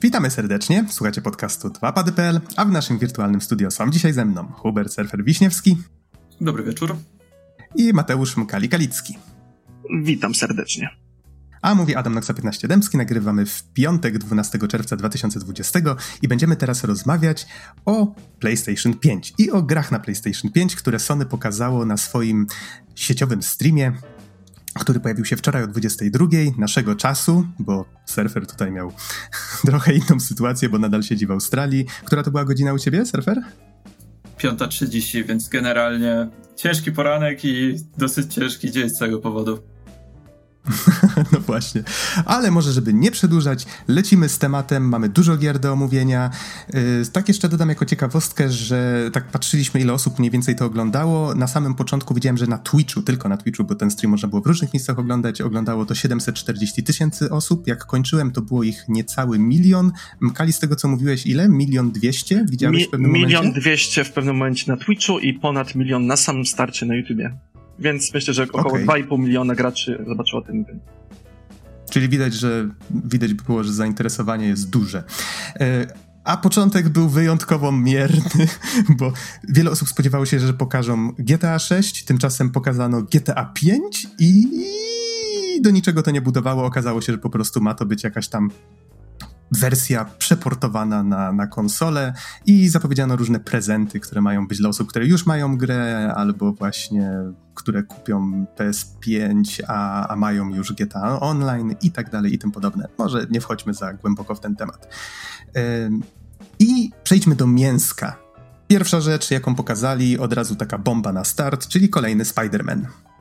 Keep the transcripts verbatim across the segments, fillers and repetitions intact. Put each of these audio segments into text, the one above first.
Witamy serdecznie, słuchacie podcastu dwa pady kropka p l, a w naszym wirtualnym studio są dzisiaj ze mną Hubert Surfer-Wiśniewski. Dobry wieczór. I Mateusz Mkali-Kalicki. Witam serdecznie. A mówi Adam Noxa piętnaście Dębski, nagrywamy w piątek dwunastego czerwca dwa tysiące dwudziestego i będziemy teraz rozmawiać o PlayStation pięć i o grach na PlayStation pięć, które Sony pokazało na swoim sieciowym streamie, który pojawił się wczoraj o dwudziestej drugiej naszego czasu, bo Surfer tutaj miał trochę inną sytuację, bo nadal siedzi w Australii. Która to była godzina u ciebie, Surfer? piąta trzydzieści, więc generalnie ciężki poranek i dosyć ciężki dzień z tego powodu. No właśnie, ale może żeby nie przedłużać, lecimy z tematem, mamy dużo gier do omówienia. Yy, tak jeszcze dodam jako ciekawostkę, że tak patrzyliśmy, ile osób mniej więcej to oglądało. Na samym początku widziałem, że na Twitchu, tylko na Twitchu, bo ten stream można było w różnych miejscach oglądać, oglądało to siedemset czterdzieści tysięcy osób. Jak kończyłem, to było ich niecały milion. Mkali, z tego co mówiłeś, ile? Milion dwieście? Widziałeś Mi- w pewnym milion momencie? dwieście w pewnym momencie na Twitchu i ponad milion na samym starcie na YouTubie. Więc myślę, że około okay. dwa i pół miliona graczy zobaczyło ten event. Czyli widać, że widać było, że zainteresowanie jest duże. A początek był wyjątkowo mierny, bo wiele osób spodziewało się, że pokażą G T A sześć, tymczasem pokazano G T A pięć i do niczego to nie budowało. Okazało się, że po prostu ma to być jakaś tam wersja przeportowana na, na konsolę i zapowiedziano różne prezenty, które mają być dla osób, które już mają grę, albo właśnie które kupią P S pięć, a, a mają już G T A Online i tak dalej i tym podobne. Może nie wchodźmy za głęboko w ten temat. Ym, I przejdźmy do mięska. Pierwsza rzecz, jaką pokazali, od razu taka bomba na start, czyli kolejny Spider-Man.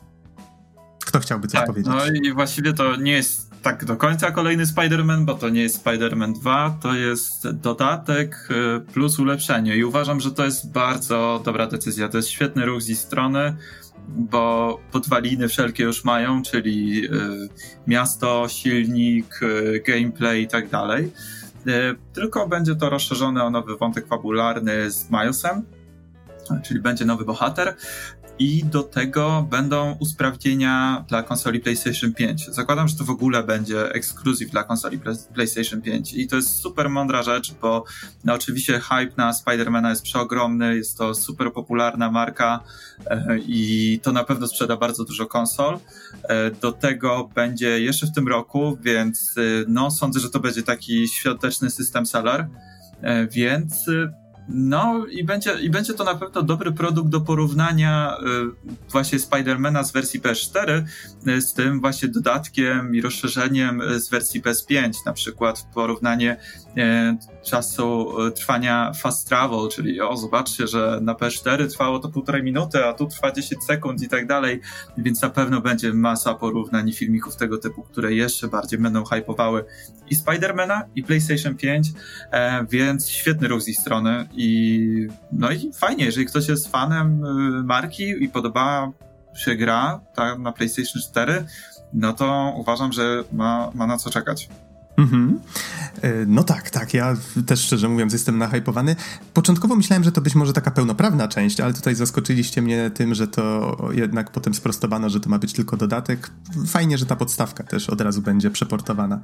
Kto chciałby coś tak, powiedzieć? No i właściwie to nie jest tak do końca kolejny Spider-Man, bo to nie jest Spider-Man dwa, to jest dodatek plus ulepszenie i uważam, że to jest bardzo dobra decyzja. To jest świetny ruch z ich strony, bo podwaliny wszelkie już mają, czyli y, miasto, silnik, y, gameplay i tak dalej. Y, tylko będzie to rozszerzone o nowy wątek fabularny z Milesem, czyli będzie nowy bohater. I do tego będą usprawnienia dla konsoli PlayStation pięć. Zakładam, że to w ogóle będzie ekskluzyw dla konsoli PlayStation pięć. I to jest super mądra rzecz, bo no oczywiście hype na Spider-Mana jest przeogromny, jest to super popularna marka e, i to na pewno sprzeda bardzo dużo konsol. E, do tego będzie jeszcze w tym roku, więc e, no sądzę, że to będzie taki świąteczny system seller, e, więc no i będzie, i będzie to na pewno dobry produkt do porównania y, właśnie Spider-Mana z wersji P S cztery y, z tym właśnie dodatkiem i rozszerzeniem y, z wersji P S pięć, na przykład porównanie y, czasu y, trwania fast travel, czyli o zobaczcie, że na P S cztery trwało to półtorej minuty, a tu trwa dziesięć sekund i tak dalej, więc na pewno będzie masa porównań i filmików tego typu, które jeszcze bardziej będą hypowały i Spider-Mana i PlayStation pięć, e, więc świetny ruch z ich strony. I no i fajnie, jeżeli ktoś jest fanem y, marki i podoba się gra ta, na PlayStation cztery, no to uważam, że ma, ma na co czekać. Mhm. No tak, tak, ja też szczerze mówiąc jestem nahypowany. Początkowo myślałem, że to być może taka pełnoprawna część, ale tutaj zaskoczyliście mnie tym, że to jednak potem sprostowano, że to ma być tylko dodatek. Fajnie, że ta podstawka też od razu będzie przeportowana.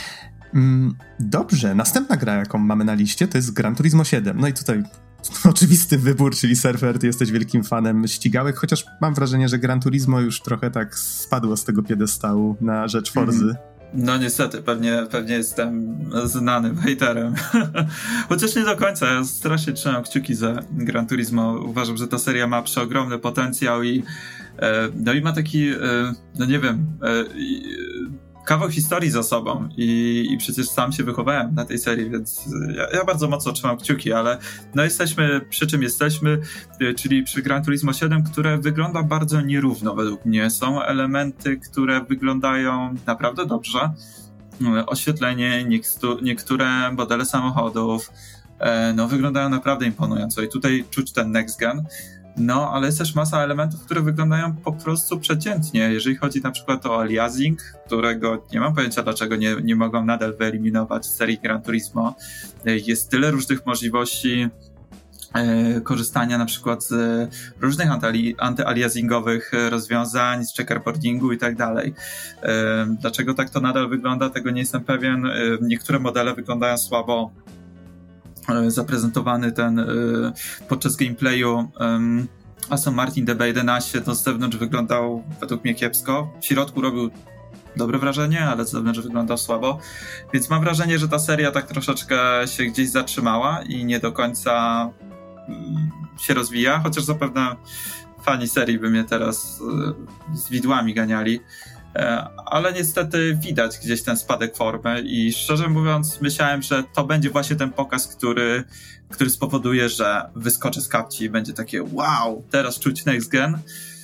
Dobrze, następna gra, jaką mamy na liście, to jest Gran Turismo siedem. No i tutaj oczywisty wybór, czyli Surfer, ty jesteś wielkim fanem ścigałek, chociaż mam wrażenie, że Gran Turismo już trochę tak spadło z tego piedestału na rzecz Forzy. Mm. No niestety, pewnie, pewnie jestem znanym hejterem. Chociaż nie do końca, ja strasznie trzymam kciuki za Gran Turismo. Uważam, że ta seria ma przeogromny potencjał i e, no i ma taki, e, no nie wiem, e, kawał historii za sobą i, i przecież sam się wychowałem na tej serii, więc ja, ja bardzo mocno trzymam kciuki, ale no jesteśmy przy czym jesteśmy, czyli przy Gran Turismo siedem, które wygląda bardzo nierówno według mnie. Są elementy, które wyglądają naprawdę dobrze. Oświetlenie, niekstu, niektóre modele samochodów no wyglądają naprawdę imponująco i tutaj czuć ten next gen. No, ale jest też masa elementów, które wyglądają po prostu przeciętnie. Jeżeli chodzi na przykład o aliasing, którego nie mam pojęcia, dlaczego nie, nie mogą nadal wyeliminować z serii Gran Turismo. Jest tyle różnych możliwości korzystania na przykład z różnych antyaliasingowych rozwiązań, z checkerboardingu i tak dalej. Dlaczego tak to nadal wygląda, tego nie jestem pewien. Niektóre modele wyglądają słabo. Zaprezentowany ten podczas gameplayu Aston Martin D B jedenaście to z zewnątrz wyglądał według mnie kiepsko. W środku robił dobre wrażenie, ale z zewnątrz wyglądał słabo. Więc mam wrażenie, że ta seria tak troszeczkę się gdzieś zatrzymała i nie do końca się rozwija, chociaż zapewne fani serii by mnie teraz z widłami ganiali. Ale niestety widać gdzieś ten spadek formy i szczerze mówiąc myślałem, że to będzie właśnie ten pokaz, który, który spowoduje, że wyskoczę z kapci i będzie takie wow, teraz czuć next gen,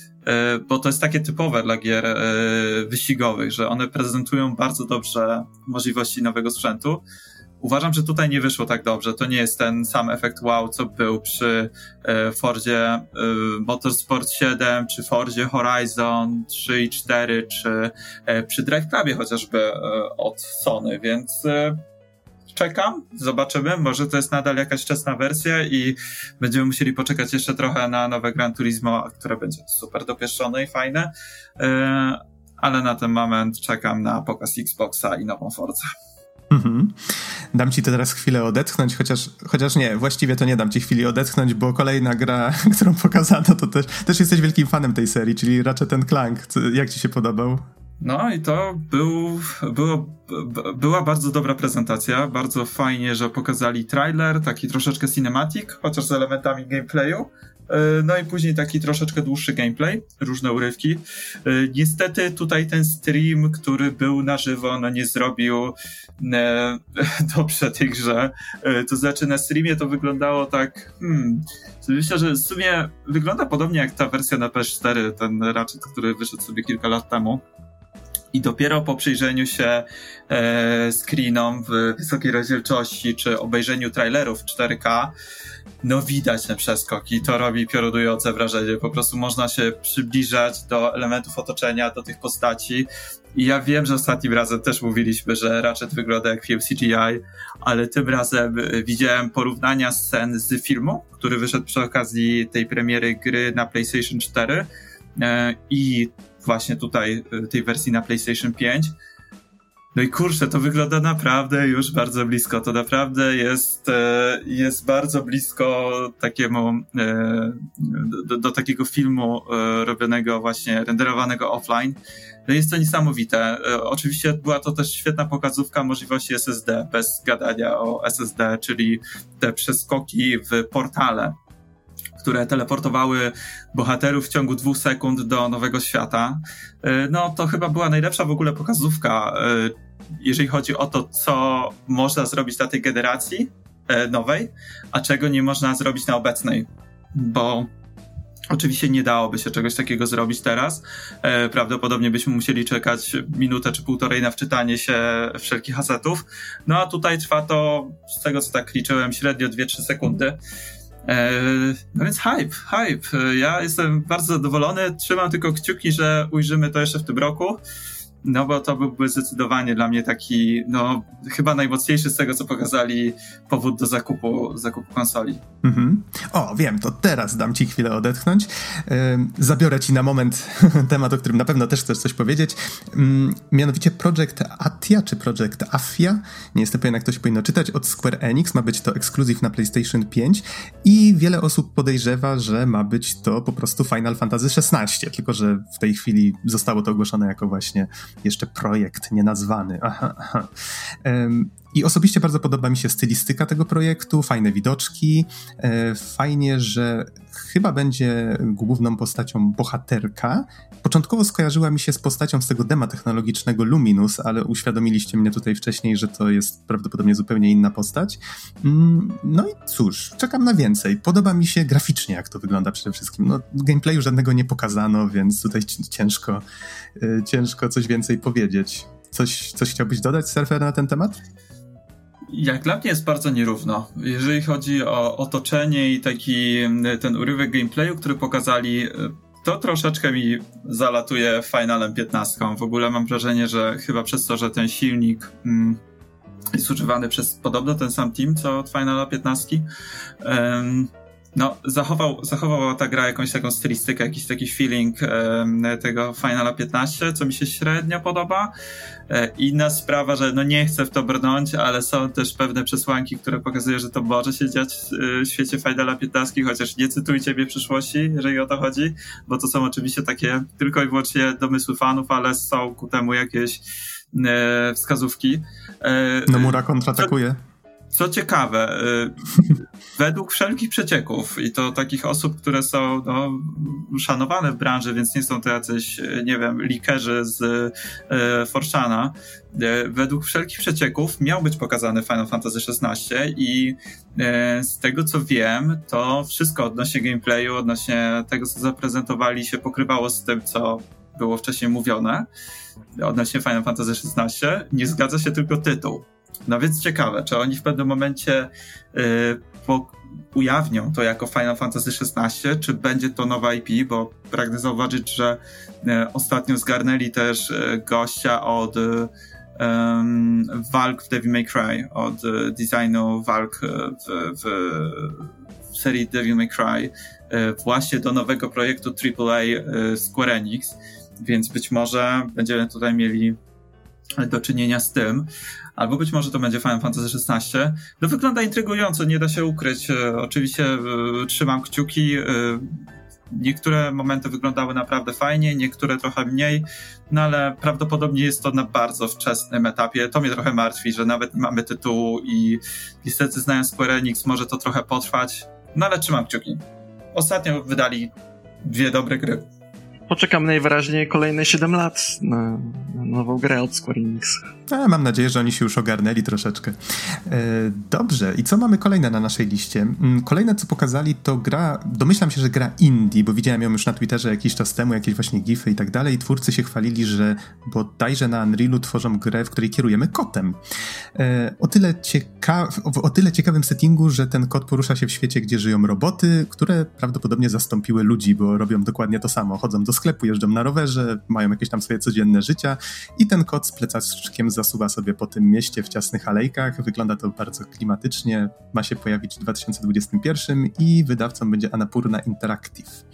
bo to jest takie typowe dla gier wyścigowych, że one prezentują bardzo dobrze możliwości nowego sprzętu. Uważam, że tutaj nie wyszło tak dobrze. To nie jest ten sam efekt wow, co był przy e, Fordzie e, Motorsport siedem, czy Fordzie Horizon trzy i cztery, czy e, przy Drive Clubie chociażby e, od Sony, więc e, czekam, zobaczymy. Może to jest nadal jakaś wczesna wersja i będziemy musieli poczekać jeszcze trochę na nowe Gran Turismo, które będzie super dopieszczone i fajne, e, ale na ten moment czekam na pokaz Xboxa i nową Fordzę. Mhm. Dam ci teraz chwilę odetchnąć, chociaż, chociaż nie, właściwie to nie dam ci chwili odetchnąć, bo kolejna gra, którą pokazano, to też, też jesteś wielkim fanem tej serii, czyli Ratchet and Clank. Jak ci się podobał? No i to był, było, była bardzo dobra prezentacja, bardzo fajnie, że pokazali trailer, taki troszeczkę cinematic, chociaż z elementami gameplayu. No i później taki troszeczkę dłuższy gameplay, różne urywki. Niestety tutaj ten stream, który był na żywo, no nie zrobił e, dobrze tej grze. E, to znaczy na streamie to wyglądało tak, hmm, myślę, że w sumie wygląda podobnie jak ta wersja na P S cztery, ten Ratchet, który wyszedł sobie kilka lat temu. I dopiero po przyjrzeniu się e, screenom w wysokiej rozdzielczości, czy obejrzeniu trailerów cztery K, no widać ten przeskok i to robi piorunujące wrażenie. Po prostu można się przybliżać do elementów otoczenia, do tych postaci. I ja wiem, że ostatnim razem też mówiliśmy, że Ratchet wygląda jak film C G I, ale tym razem widziałem porównania scen z filmu, który wyszedł przy okazji tej premiery gry na PlayStation cztery e, i właśnie tutaj tej wersji na PlayStation pięć. No i kurczę, to wygląda naprawdę już bardzo blisko. To naprawdę jest, jest bardzo blisko takiemu, do, do takiego filmu robionego właśnie, renderowanego offline. No jest to niesamowite. Oczywiście była to też świetna pokazówka możliwości S S D, bez gadania o S S D, czyli te przeskoki w portale, które teleportowały bohaterów w ciągu dwóch sekund do nowego świata. No to chyba była najlepsza w ogóle pokazówka, jeżeli chodzi o to, co można zrobić na tej generacji nowej, a czego nie można zrobić na obecnej, bo oczywiście nie dałoby się czegoś takiego zrobić teraz. Prawdopodobnie byśmy musieli czekać minutę czy półtorej na wczytanie się wszelkich asetów. No a tutaj trwa to, z tego co tak liczyłem, średnio dwie trzy sekundy. No więc hype, hype. Ja jestem bardzo zadowolony. Trzymam tylko kciuki, że ujrzymy to jeszcze w tym roku. No bo to byłby zdecydowanie dla mnie taki, no chyba najmocniejszy z tego, co pokazali, powód do zakupu, zakupu konsoli. Mm-hmm. O, wiem, to teraz dam ci chwilę odetchnąć. Yy, zabiorę ci na moment temat, o którym na pewno też chcesz coś powiedzieć. Yy, mianowicie Project Atia, czy Project Afia, nie jestem pewien, jak to się powinno czytać, od Square Enix. Ma być to ekskluzyw na PlayStation pięć i wiele osób podejrzewa, że ma być to po prostu Final Fantasy szesnaście, tylko że w tej chwili zostało to ogłoszone jako właśnie jeszcze projekt nienazwany. Aha, aha. Um, I osobiście bardzo podoba mi się stylistyka tego projektu, fajne widoczki, e, fajnie, że chyba będzie główną postacią bohaterka. Początkowo skojarzyła mi się z postacią z tego dema technologicznego Luminous, ale uświadomiliście mnie tutaj wcześniej, że to jest prawdopodobnie zupełnie inna postać. Mm, no i cóż, czekam na więcej. Podoba mi się graficznie, jak to wygląda przede wszystkim. No, gameplayu żadnego nie pokazano, więc tutaj ciężko, e, ciężko coś więcej powiedzieć. Coś, coś chciałbyś dodać, Surfer, na ten temat? Jak dla mnie jest bardzo nierówno. Jeżeli chodzi o otoczenie i taki ten urywek gameplayu, który pokazali, to troszeczkę mi zalatuje Finalem piętnaście. W ogóle mam wrażenie, że chyba przez to, że ten silnik mm, jest używany przez podobno ten sam team, co od Finala piętnaście. Um, no, zachował, zachowała ta gra jakąś taką stylistykę, jakiś taki feeling e, tego Finala piętnaście, co mi się średnio podoba. E, inna sprawa, że no nie chcę w to brnąć, ale są też pewne przesłanki, które pokazują, że to może się dziać w świecie Finala piętnaście, chociaż nie cytujcie mnie w przyszłości, jeżeli o to chodzi, bo to są oczywiście takie tylko i wyłącznie domysły fanów, ale są ku temu jakieś e, wskazówki. E, Nomura kontratakuje. Co ciekawe, według wszelkich przecieków i to takich osób, które są no, szanowane w branży, więc nie są to jacyś, nie wiem, leakerzy z e, Forchana, e, według wszelkich przecieków miał być pokazany Final Fantasy szesnaście i e, z tego co wiem, to wszystko odnośnie gameplayu, odnośnie tego co zaprezentowali się pokrywało z tym, co było wcześniej mówione odnośnie Final Fantasy szesnaście. Nie zgadza się tylko tytuł. No więc ciekawe, czy oni w pewnym momencie y, po, ujawnią to jako Final Fantasy szesnaście, czy będzie to nowa I P, bo pragnę zauważyć, że y, ostatnio zgarnęli też y, gościa od y, um, walk w Devil May Cry, od y, designu walk w, w, w serii Devil May Cry, y, właśnie do nowego projektu triple A y, Square Enix, więc być może będziemy tutaj mieli do czynienia z tym, albo być może to będzie Final Fantasy szesnaście. No wygląda intrygująco, nie da się ukryć. E, oczywiście e, trzymam kciuki. E, niektóre momenty wyglądały naprawdę fajnie, niektóre trochę mniej, no ale prawdopodobnie jest to na bardzo wczesnym etapie. To mnie trochę martwi, że nawet nie mamy tytułu i niestety znając Square Enix może to trochę potrwać, no ale trzymam kciuki. Ostatnio wydali dwie dobre gry. Poczekam najwyraźniej kolejne siedem lat na, na nową grę od Square Enix. A, mam nadzieję, że oni się już ogarnęli troszeczkę. E, dobrze, i co mamy kolejne na naszej liście? Kolejne, co pokazali, to gra, domyślam się, że gra indie, bo widziałem ją już na Twitterze jakiś czas temu, jakieś właśnie gify i tak dalej, i twórcy się chwalili, że bodajże na Unrealu tworzą grę, w której kierujemy kotem. E, o, tyle cieka- o tyle ciekawym settingu, że ten kot porusza się w świecie, gdzie żyją roboty, które prawdopodobnie zastąpiły ludzi, bo robią dokładnie to samo. Chodzą do sklepu, jeżdżą na rowerze, mają jakieś tam swoje codzienne życia i ten kot z plecaczkiem zasuwa sobie po tym mieście w ciasnych alejkach. Wygląda to bardzo klimatycznie. Ma się pojawić w dwa tysiące dwudziestym pierwszym i wydawcą będzie Annapurna Interactive.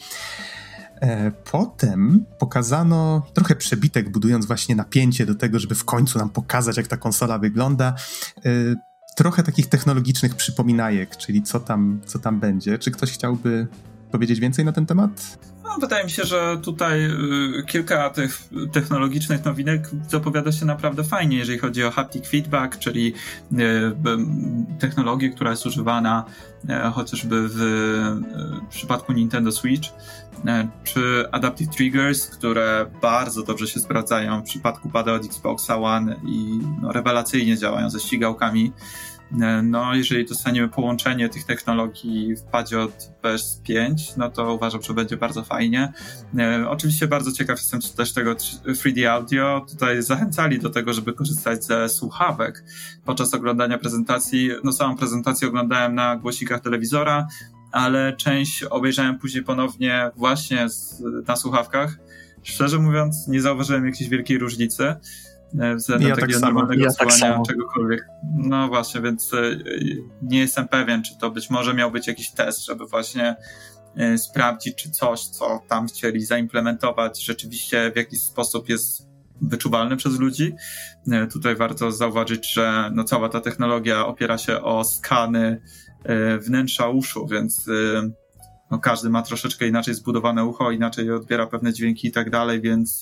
E, potem pokazano trochę przebitek, budując właśnie napięcie do tego, żeby w końcu nam pokazać, jak ta konsola wygląda. E, trochę takich technologicznych przypominajek, czyli co tam, co tam będzie. Czy ktoś chciałby powiedzieć więcej na ten temat? No, wydaje mi się, że tutaj y, kilka tych technologicznych nowinek zapowiada się naprawdę fajnie, jeżeli chodzi o haptic feedback, czyli y, y, technologię, która jest używana y, chociażby w, y, w przypadku Nintendo Switch, y, czy Adaptive Triggers, które bardzo dobrze się sprawdzają w przypadku pada od Xboxa One i no, rewelacyjnie działają ze ścigałkami. No, jeżeli dostaniemy połączenie tych technologii w padzie od P S pięć, no to uważam, że będzie bardzo fajnie. E, oczywiście bardzo ciekaw jestem też tego trzy D Audio. Tutaj zachęcali do tego, żeby korzystać ze słuchawek podczas oglądania prezentacji. No, samą prezentację oglądałem na głośnikach telewizora, ale część obejrzałem później ponownie właśnie z, na słuchawkach. Szczerze mówiąc, nie zauważyłem jakiejś wielkiej różnicy względem ja takiego tak normalnego ja słuchania tak czegokolwiek. No właśnie, więc nie jestem pewien, czy to być może miał być jakiś test, żeby właśnie sprawdzić, czy coś, co tam chcieli zaimplementować, rzeczywiście w jakiś sposób jest wyczuwalne przez ludzi. Tutaj warto zauważyć, że no cała ta technologia opiera się o skany wnętrza uszu, więc no każdy ma troszeczkę inaczej zbudowane ucho, inaczej odbiera pewne dźwięki i tak dalej, więc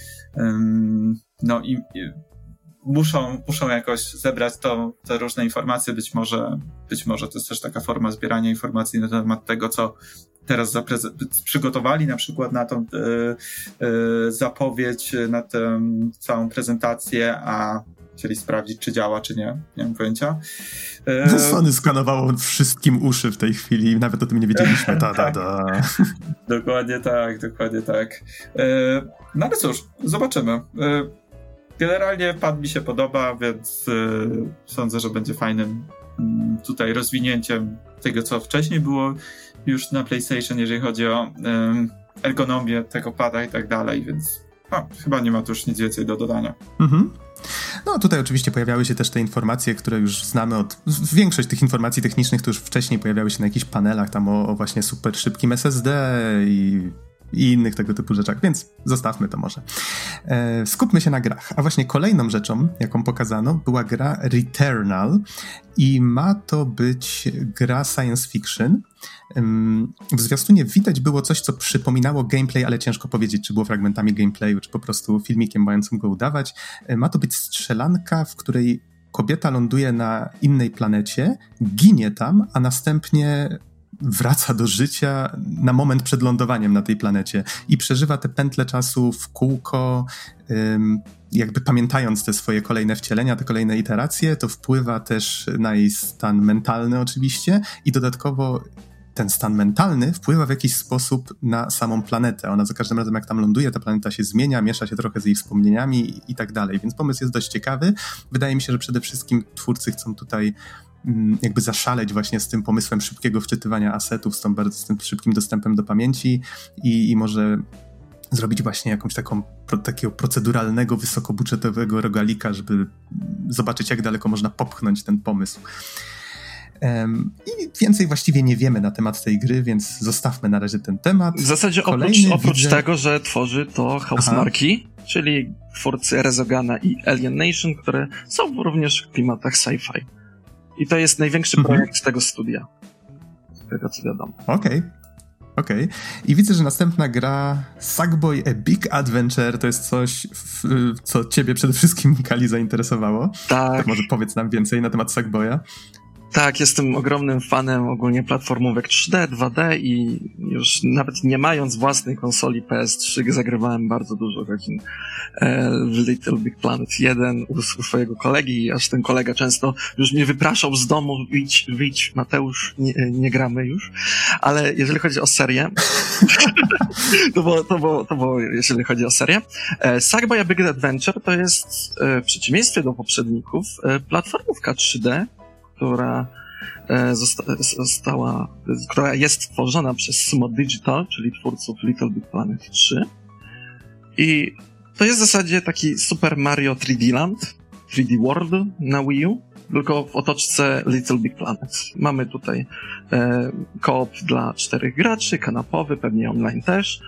um, no i, i muszą, muszą jakoś zebrać to, te różne informacje. Być może, być może to jest też taka forma zbierania informacji na temat tego, co teraz zapreze- przygotowali na przykład na tą y, y, zapowiedź, na tę całą prezentację, a chcieli sprawdzić, czy działa, czy nie. Nie mam pojęcia. E... Sony skanowało wszystkim uszy w tej chwili, nawet o tym nie wiedzieliśmy. Da, da, da. Dokładnie tak, dokładnie tak. E... No ale cóż, zobaczymy. E... Generalnie pad mi się podoba, więc e... sądzę, że będzie fajnym m, tutaj rozwinięciem tego, co wcześniej było już na PlayStation, jeżeli chodzi o e... ergonomię tego pada i tak dalej, więc no, chyba nie ma tu już nic więcej do dodania. Mhm. No tutaj oczywiście pojawiały się też te informacje, które już znamy od... Większość tych informacji technicznych to już wcześniej pojawiały się na jakichś panelach tam o, o właśnie super szybkim S S D i... i innych tego typu rzeczach, więc zostawmy to może. E, skupmy się na grach. A właśnie kolejną rzeczą, jaką pokazano, była gra Returnal i ma to być gra science fiction. W zwiastunie widać było coś, co przypominało gameplay, ale ciężko powiedzieć, czy było fragmentami gameplayu, czy po prostu filmikiem mającym go udawać. Ma to być strzelanka, w której kobieta ląduje na innej planecie, ginie tam, a następnie wraca do życia na moment przed lądowaniem na tej planecie i przeżywa te pętle czasu w kółko, jakby pamiętając te swoje kolejne wcielenia, te kolejne iteracje. To wpływa też na jej stan mentalny oczywiście i dodatkowo ten stan mentalny wpływa w jakiś sposób na samą planetę. Ona za każdym razem, jak tam ląduje, ta planeta się zmienia, miesza się trochę z jej wspomnieniami i tak dalej. Więc pomysł jest dość ciekawy. Wydaje mi się, że przede wszystkim twórcy chcą tutaj jakby zaszaleć właśnie z tym pomysłem szybkiego wczytywania asetów, z, tą bardzo, z tym szybkim dostępem do pamięci i, i może zrobić właśnie jakąś taką pro, takiego proceduralnego, wysokobudżetowego rogalika, żeby zobaczyć, jak daleko można popchnąć ten pomysł. Um, I więcej właściwie nie wiemy na temat tej gry, więc zostawmy na razie ten temat. W zasadzie oprócz, oprócz widzę... tego, że tworzy to Housemarque, czyli twórcy Rezogana i Alien Nation, które są również w klimatach sci-fi. I to jest największy mhm. projekt tego studia. Z tego co wiadomo. Okej. Okay. Okej. Okay. I widzę, że następna gra Sackboy A Big Adventure to jest coś, w, co ciebie przede wszystkim, Kali, zainteresowało. Tak. To może powiedz nam więcej na temat Sackboya. Tak, jestem ogromnym fanem ogólnie platformówek trzy D, dwa D i już nawet nie mając własnej konsoli P S trzy zagrywałem bardzo dużo godzin e, w Little Big Planet jeden u, u swojego kolegi, aż ten kolega często już mnie wypraszał z domu, wyjdź, wyjdź Mateusz, nie, nie gramy już. Ale jeżeli chodzi o serię, to, było, to, było, to było jeżeli chodzi o serię, e, Sackboy A Big Adventure to jest e, w przeciwieństwie do poprzedników e, platformówka trzy D, która e, zosta- została, która jest tworzona przez Sumo Digital, czyli twórców Little Big Planet trzy. I to jest w zasadzie taki Super Mario trzy D Land, trzy D World na Wii U, tylko w otoczce Little Big Planet. Mamy tutaj e, koop dla czterech graczy, kanapowy, pewnie online też.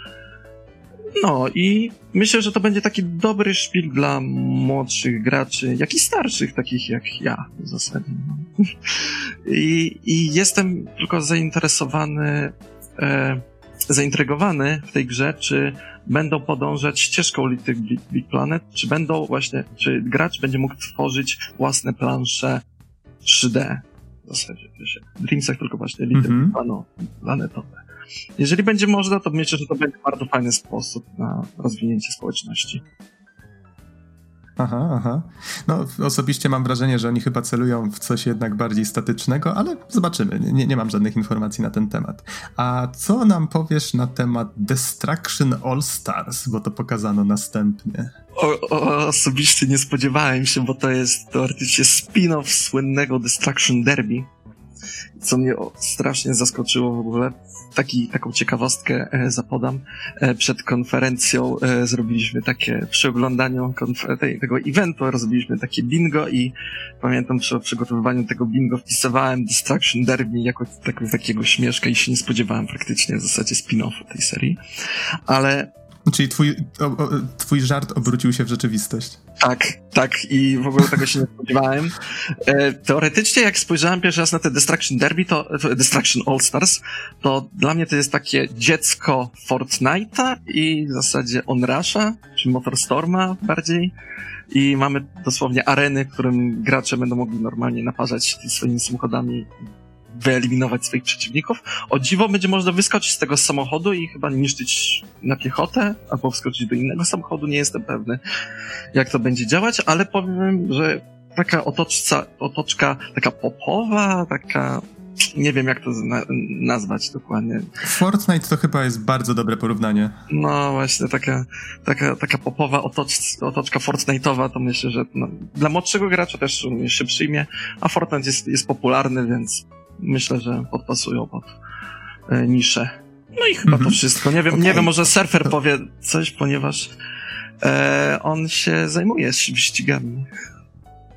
No i myślę, że to będzie taki dobry szpil dla młodszych graczy, jak i starszych, takich jak ja w zasadzie. I, i jestem tylko zainteresowany, e, zaintrygowany w tej grze, czy będą podążać ścieżką Little Big, Big Planet, czy będą właśnie, czy gracz będzie mógł tworzyć własne plansze trzy D w zasadzie. W Dreamsach tylko właśnie Little mm-hmm. Big Planetowe. Jeżeli będzie można, to myślę, że to będzie bardzo fajny sposób na rozwinięcie społeczności. Aha, aha. No osobiście mam wrażenie, że oni chyba celują w coś jednak bardziej statycznego, ale zobaczymy. Nie, nie mam żadnych informacji na ten temat. A co nam powiesz na temat Destruction All Stars, bo to pokazano następnie? O, o, osobiście nie spodziewałem się, bo to jest teoretycznie spin-off słynnego Destruction Derby, co mnie strasznie zaskoczyło w ogóle. Taki, taką ciekawostkę e, zapodam. E, przed konferencją e, zrobiliśmy takie, przy oglądaniu konfer- tej, tego eventu zrobiliśmy takie bingo i pamiętam przy przygotowywaniu tego bingo wpisywałem Destruction Derby jako tak, takiego śmieszka i się nie spodziewałem praktycznie w zasadzie spin-offu tej serii. Ale Czyli twój, o, o, twój żart obrócił się w rzeczywistość. Tak, tak i w ogóle tego się nie spodziewałem. E, teoretycznie jak spojrzałem pierwszy raz na te Destruction Derby, to Destruction All Stars, to dla mnie to jest takie dziecko Fortnite'a i w zasadzie Onrusha, czy Motorstorma bardziej. I mamy dosłownie areny, w którym gracze będą mogli normalnie naparzać swoimi samochodami, wyeliminować swoich przeciwników. O dziwo będzie można wyskoczyć z tego samochodu i chyba niszczyć na piechotę, albo wskoczyć do innego samochodu, nie jestem pewny, jak to będzie działać, ale powiem, że taka otoczca, otoczka taka popowa, taka, nie wiem jak to na- nazwać dokładnie. Fortnite to chyba jest bardzo dobre porównanie. No właśnie, taka, taka, taka popowa otocz, otoczka Fortnite'owa, to myślę, że no, dla młodszego gracza też się przyjmie, a Fortnite jest, jest popularny, więc myślę, że podpasują pod e, niszę. No i chyba mm-hmm. to wszystko. Nie wiem, okay. nie wiem, może Surfer powie coś, ponieważ e, on się zajmuje wyścigami.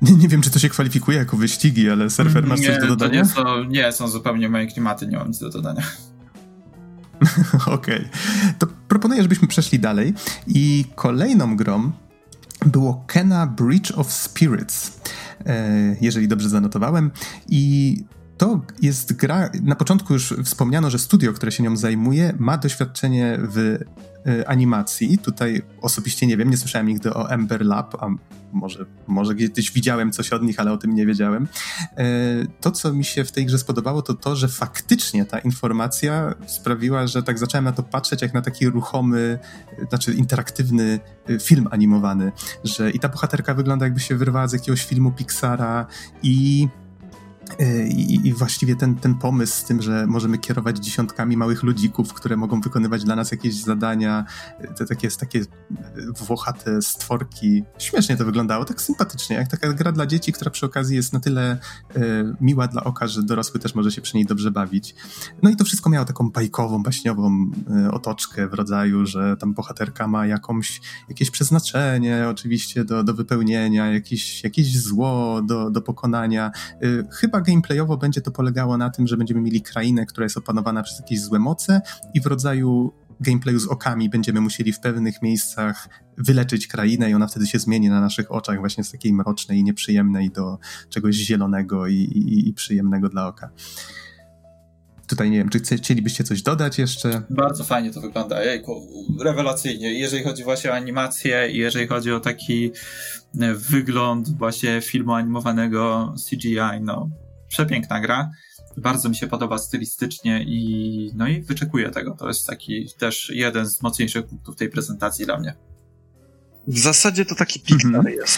Nie, nie wiem, czy to się kwalifikuje jako wyścigi, ale Surfer, masz nie, coś do dodania? Nie, są, nie, są zupełnie moje klimaty, nie mam nic do dodania. Okej, okay. To proponuję, żebyśmy przeszli dalej i kolejną grą było Kena Bridge of Spirits, jeżeli dobrze zanotowałem, i to jest gra, na początku już wspomniano, że studio, które się nią zajmuje, ma doświadczenie w animacji. Tutaj osobiście nie wiem, nie słyszałem nigdy o Ember Lab, a może, może kiedyś widziałem coś od nich, ale o tym nie wiedziałem. To, co mi się w tej grze spodobało, to to, że faktycznie ta informacja sprawiła, że tak zacząłem na to patrzeć jak na taki ruchomy, znaczy interaktywny film animowany, że i ta bohaterka wygląda, jakby się wyrwała z jakiegoś filmu Pixara i I, I właściwie ten, ten pomysł z tym, że możemy kierować dziesiątkami małych ludzików, które mogą wykonywać dla nas jakieś zadania, to takie, takie włochate stworki. Śmiesznie to wyglądało, tak sympatycznie, jak taka gra dla dzieci, która przy okazji jest na tyle e, miła dla oka, że dorosły też może się przy niej dobrze bawić. No i to wszystko miało taką bajkową, baśniową e, otoczkę w rodzaju, że tam bohaterka ma jakąś, jakieś przeznaczenie oczywiście do, do wypełnienia, jakieś, jakieś zło do, do pokonania. E, chyba gameplayowo będzie to polegało na tym, że będziemy mieli krainę, która jest opanowana przez jakieś złe moce i w rodzaju gameplayu z okami będziemy musieli w pewnych miejscach wyleczyć krainę i ona wtedy się zmieni na naszych oczach właśnie z takiej mrocznej i nieprzyjemnej do czegoś zielonego i, i, i przyjemnego dla oka. Tutaj nie wiem, czy chcielibyście coś dodać jeszcze? Bardzo fajnie to wygląda, jejku, rewelacyjnie. Jeżeli chodzi właśnie o animację i jeżeli chodzi o taki wygląd właśnie filmu animowanego C G I, no przepiękna gra. Bardzo mi się podoba stylistycznie i no i wyczekuję tego. To jest taki też jeden z mocniejszych punktów tej prezentacji dla mnie. W zasadzie to taki Pixar mm-hmm. jest.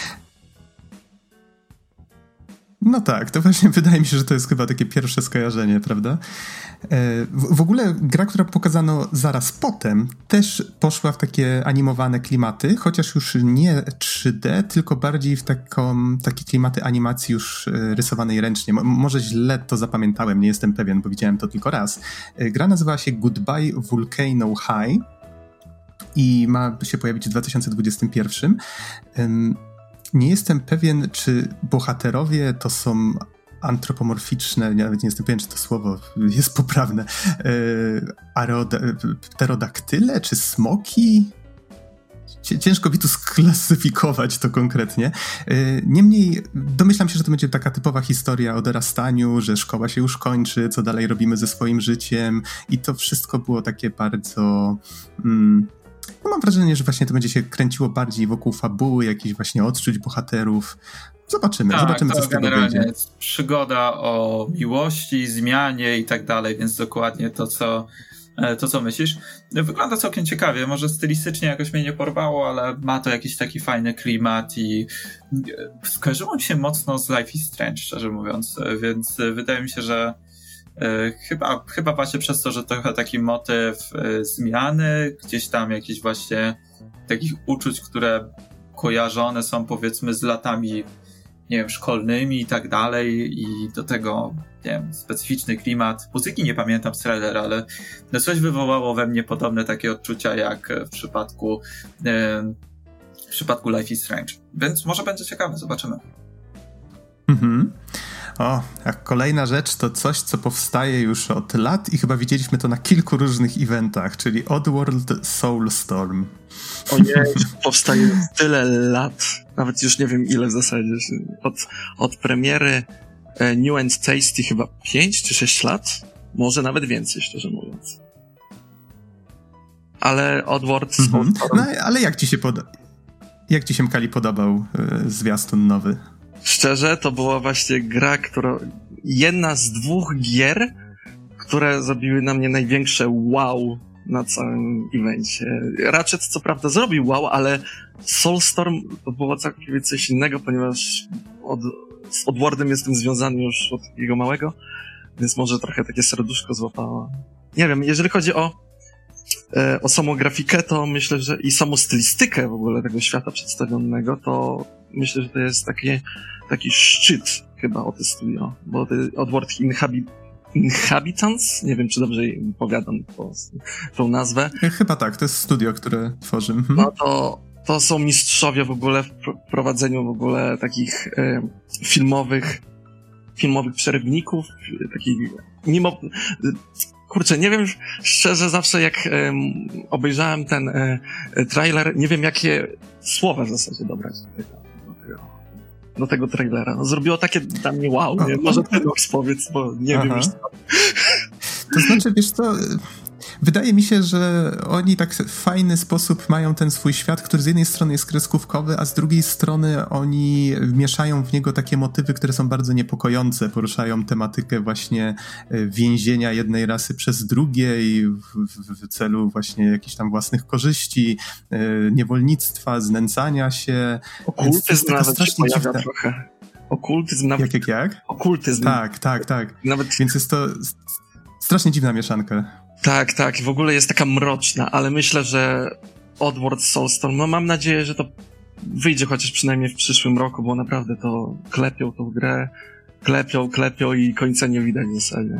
No tak, to właśnie wydaje mi się, że to jest chyba takie pierwsze skojarzenie, prawda? W, w ogóle gra, która pokazano zaraz potem, też poszła w takie animowane klimaty, chociaż już nie trzy D, tylko bardziej w taką, takie klimaty animacji już rysowanej ręcznie. M- może źle to zapamiętałem, nie jestem pewien, bo widziałem to tylko raz. Gra nazywała się Goodbye Volcano High i ma się pojawić w dwa tysiące dwudziestym pierwszym. Nie jestem pewien, czy bohaterowie to są antropomorficzne, nawet nie jestem pewien, czy to słowo jest poprawne, e, aeroda, pterodaktyle, czy smoki? Ciężko mi tu sklasyfikować to konkretnie. E, niemniej domyślam się, że to będzie taka typowa historia o dorastaniu, że szkoła się już kończy, co dalej robimy ze swoim życiem i to wszystko było takie bardzo... Mm, No mam wrażenie, że właśnie to będzie się kręciło bardziej wokół fabuły, jakichś właśnie odczuć bohaterów. Zobaczymy, tak, zobaczymy, to co z tego będzie. Jest przygoda o miłości, zmianie i tak dalej, więc dokładnie to, co, to, co myślisz. Wygląda całkiem ciekawie, może stylistycznie jakoś mnie nie porwało, ale ma to jakiś taki fajny klimat i skojarzyło mi się mocno z Life is Strange, szczerze mówiąc, więc wydaje mi się, że Chyba, chyba właśnie przez to, że trochę taki motyw y, zmiany, gdzieś tam jakieś właśnie takich uczuć, które kojarzone są powiedzmy z latami, nie wiem, szkolnymi i tak dalej i do tego, nie wiem, specyficzny klimat. Muzyki nie pamiętam z trailera, ale no coś wywołało we mnie podobne takie odczucia jak w przypadku y, w przypadku Life is Strange. Więc może będzie ciekawe, zobaczymy. Mhm. O, a kolejna rzecz to coś, co powstaje już od lat i chyba widzieliśmy to na kilku różnych eventach, czyli Oddworld Soulstorm. Ojej, powstaje tyle lat, nawet już nie wiem ile w zasadzie. Od, od premiery New and Tasty chyba pięć czy sześć lat? Może nawet więcej, szczerze mówiąc. Ale Oddworld Soulstorm... Mhm. No, ale jak ci się poda... Jak ci się, Kali, podobał y, zwiastun nowy? Szczerze, to była właśnie gra, która... Jedna z dwóch gier, które zrobiły na mnie największe wow na całym evencie. Ratchet co prawda zrobił wow, ale Soulstorm to było całkiem coś innego, ponieważ od, z Oddworldem jestem związany już od takiego małego, więc może trochę takie serduszko złapało. Nie wiem, jeżeli chodzi o e, o samą grafikę, to myślę, że i samą stylistykę w ogóle tego świata przedstawionego, to myślę, że to jest taki, taki szczyt chyba o te studio, bo Oddworld Inhabi- Inhabitants, nie wiem, czy dobrze powiadam po, tą nazwę. Chyba tak, to jest studio, które tworzy. Mhm. No to to są mistrzowie w ogóle w prowadzeniu w ogóle takich e, filmowych, filmowych przerywników, takich, mimo, kurczę, nie wiem, szczerze zawsze jak e, obejrzałem ten e, trailer, nie wiem jakie słowa w zasadzie dobrać do tego, do tego, do tego trailera. No, zrobiło takie dla mnie wow, nie? Może ty Nox powiedz, bo nie Aha. wiem już co. To znaczy, wiesz co... Wydaje mi się, że oni tak w fajny sposób mają ten swój świat, który z jednej strony jest kreskówkowy, a z drugiej strony oni mieszają w niego takie motywy, które są bardzo niepokojące. Poruszają tematykę właśnie więzienia jednej rasy przez drugiej w, w, w celu właśnie jakichś tam własnych korzyści, niewolnictwa, znęcania się. Okultyzm nawet się pojawia dziwne. Trochę. Okultyzm nawet... Jak, jak, jak? Okultyzm. Tak, tak, tak. Nawet... Więc jest to strasznie dziwna mieszanka. Tak, tak, w ogóle jest taka mroczna, ale myślę, że Oddworld Soulstorm, no mam nadzieję, że to wyjdzie chociaż przynajmniej w przyszłym roku, bo naprawdę to klepią tą grę, klepią, klepią i końca nie widać w zasadzie.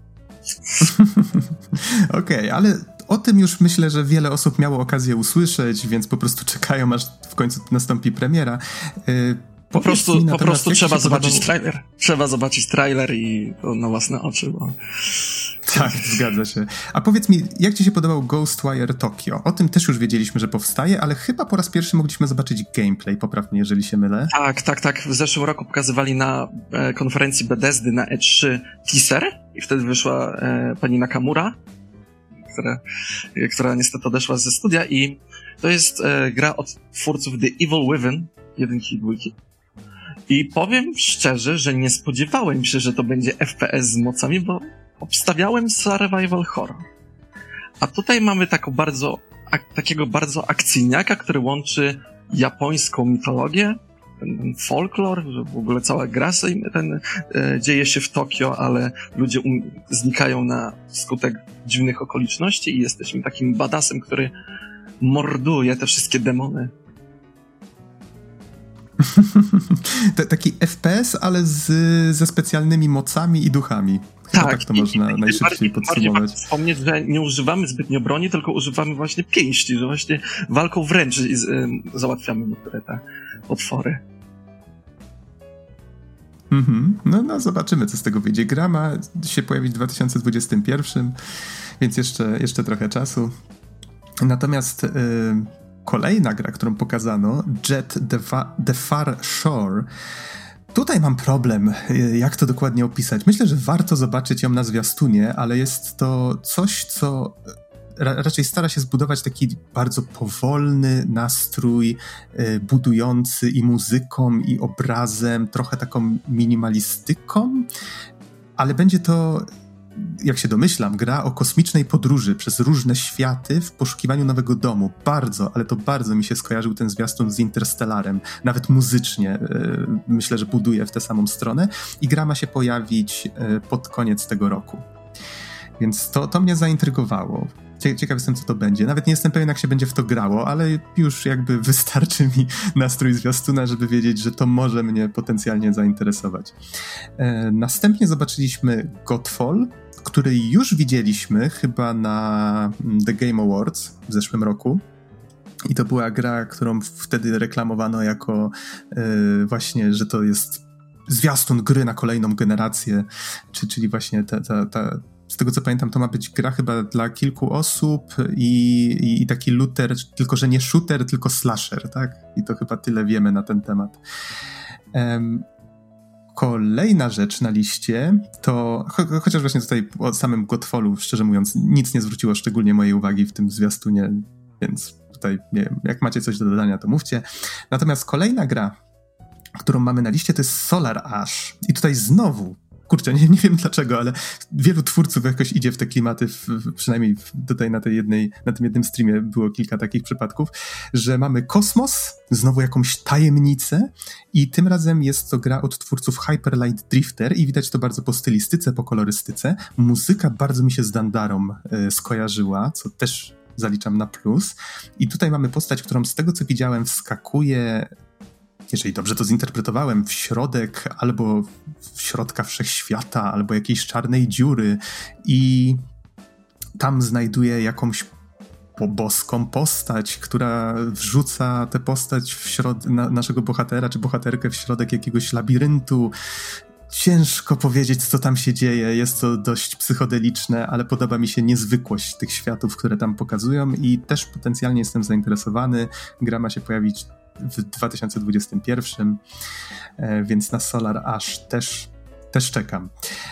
Okej, okay, ale o tym już myślę, że wiele osób miało okazję usłyszeć, więc po prostu czekają, aż w końcu nastąpi premiera. Yy, Po prostu, po prostu trzeba zobaczyć podobał... trailer. Trzeba zobaczyć trailer i to na własne oczy, bo... Tak, zgadza się. A powiedz mi, jak ci się podobał Ghostwire Tokyo? O tym też już wiedzieliśmy, że powstaje, ale chyba po raz pierwszy mogliśmy zobaczyć gameplay, poprawnie, jeżeli się mylę. Tak, tak, tak. W zeszłym roku pokazywali na e, konferencji Bethesdy na E trzy teaser i wtedy wyszła e, pani Nakamura, która, e, która niestety odeszła ze studia i to jest e, gra od twórców The Evil Within, jedynki i dwójki. I powiem szczerze, że nie spodziewałem się, że to będzie F P S z mocami, bo obstawiałem survival horror. A tutaj mamy taką bardzo, ak- takiego bardzo akcyjniaka, który łączy japońską mitologię, ten, ten folklor, że w ogóle cała gra ten, e, dzieje się w Tokio, ale ludzie um- znikają na skutek dziwnych okoliczności i jesteśmy takim badassem, który morduje te wszystkie demony. Taki F P S, ale z, ze specjalnymi mocami i duchami. Chyba tak, tak to i, można i, najszybciej bardziej, podsumować. Bardziej wspomnieć, że nie używamy zbytnio broni, tylko używamy właśnie pięści, że właśnie walką wręcz y, y, załatwiamy niektóre te potwory. Mhm. No, no zobaczymy, co z tego wyjdzie. Gra ma się pojawić w dwa tysiące dwudziestym pierwszym, więc jeszcze, jeszcze trochę czasu. Natomiast... Y, Kolejna gra, którą pokazano, Jet the, Fa- the Far Shore. Tutaj mam problem, jak to dokładnie opisać. Myślę, że warto zobaczyć ją na zwiastunie, ale jest to coś, co ra- raczej stara się zbudować taki bardzo powolny nastrój, y, budujący i muzyką, i obrazem, trochę taką minimalistyką, ale będzie to... jak się domyślam, gra o kosmicznej podróży przez różne światy w poszukiwaniu nowego domu. Bardzo, ale to bardzo mi się skojarzył ten zwiastun z Interstellarem. Nawet muzycznie yy, myślę, że buduje w tę samą stronę i gra ma się pojawić yy, pod koniec tego roku. Więc to, to mnie zaintrygowało. Ciekaw jestem, co to będzie. Nawet nie jestem pewien, jak się będzie w to grało, ale już jakby wystarczy mi nastrój zwiastuna, żeby wiedzieć, że to może mnie potencjalnie zainteresować. E, następnie zobaczyliśmy Godfall, który już widzieliśmy chyba na The Game Awards w zeszłym roku. I to była gra, którą wtedy reklamowano jako e, właśnie, że to jest zwiastun gry na kolejną generację, czy, czyli właśnie ta, ta, ta z tego co pamiętam, to ma być gra chyba dla kilku osób i, i, i taki looter, tylko że nie shooter, tylko slasher, tak? I to chyba tyle wiemy na ten temat. Um, kolejna rzecz na liście to, cho- chociaż właśnie tutaj o samym Godfallu, szczerze mówiąc, nic nie zwróciło szczególnie mojej uwagi w tym zwiastunie, więc tutaj, nie wiem, jak macie coś do dodania, to mówcie. Natomiast kolejna gra, którą mamy na liście, to jest Solar Ash. I tutaj znowu Kurczę, nie, nie wiem dlaczego, ale wielu twórców jakoś idzie w te klimaty, w, w, przynajmniej w, tutaj na tej jednej, na tym jednym streamie było kilka takich przypadków, że mamy kosmos, znowu jakąś tajemnicę i tym razem jest to gra od twórców Hyper Light Drifter i widać to bardzo po stylistyce, po kolorystyce. Muzyka bardzo mi się z Dandarą y, skojarzyła, co też zaliczam na plus. I tutaj mamy postać, którą z tego co widziałem wskakuje, jeżeli dobrze to zinterpretowałem, w środek albo w środka wszechświata, albo jakiejś czarnej dziury i tam znajduje jakąś po boską postać, która wrzuca tę postać w środ- na, naszego bohatera czy bohaterkę w środek jakiegoś labiryntu. Ciężko powiedzieć, co tam się dzieje, jest to dość psychodeliczne, ale podoba mi się niezwykłość tych światów, które tam pokazują i też potencjalnie jestem zainteresowany. Gra ma się pojawić w dwa tysiące dwudziestym pierwszym, więc na Solar Ash też, też czekam.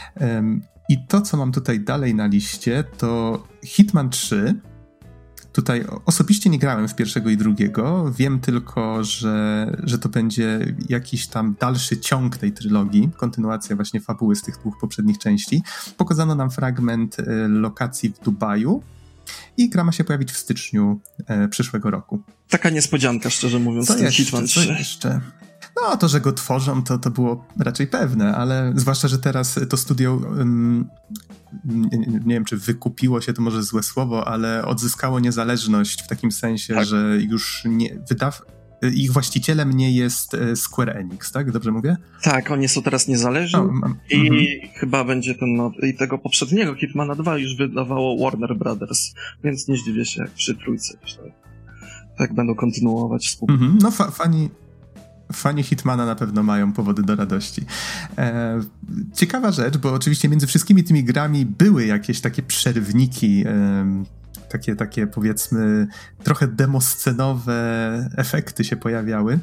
I to, co mam tutaj dalej na liście, to Hitman trzy. Tutaj osobiście nie grałem w pierwszego i drugiego, wiem tylko, że, że to będzie jakiś tam dalszy ciąg tej trylogii, kontynuacja właśnie fabuły z tych dwóch poprzednich części. Pokazano nam fragment lokacji w Dubaju i gra ma się pojawić w styczniu e, przyszłego roku. Taka niespodzianka, szczerze mówiąc, co ten jeszcze, Hitman co trzy. jeszcze? No, to, że go tworzą, to, to było raczej pewne, ale zwłaszcza, że teraz to studio, um, nie, nie wiem, czy wykupiło się, to może złe słowo, ale odzyskało niezależność w takim sensie, tak. że już nie, wydaw... ich właścicielem nie jest Square Enix, tak? Dobrze mówię? Tak, oni są teraz niezależni no, mam, i mm-hmm. chyba będzie ten, no, i tego poprzedniego Hitmana dwa już wydawało Warner Brothers, więc nie zdziwię się, jak przy trójce. Tak, tak będą kontynuować współpracę. Mm-hmm. No, fa- fani... Fani Hitmana na pewno mają powody do radości. E, ciekawa rzecz, bo oczywiście między wszystkimi tymi grami były jakieś takie przerwniki, e, takie, takie powiedzmy trochę demoscenowe efekty się pojawiały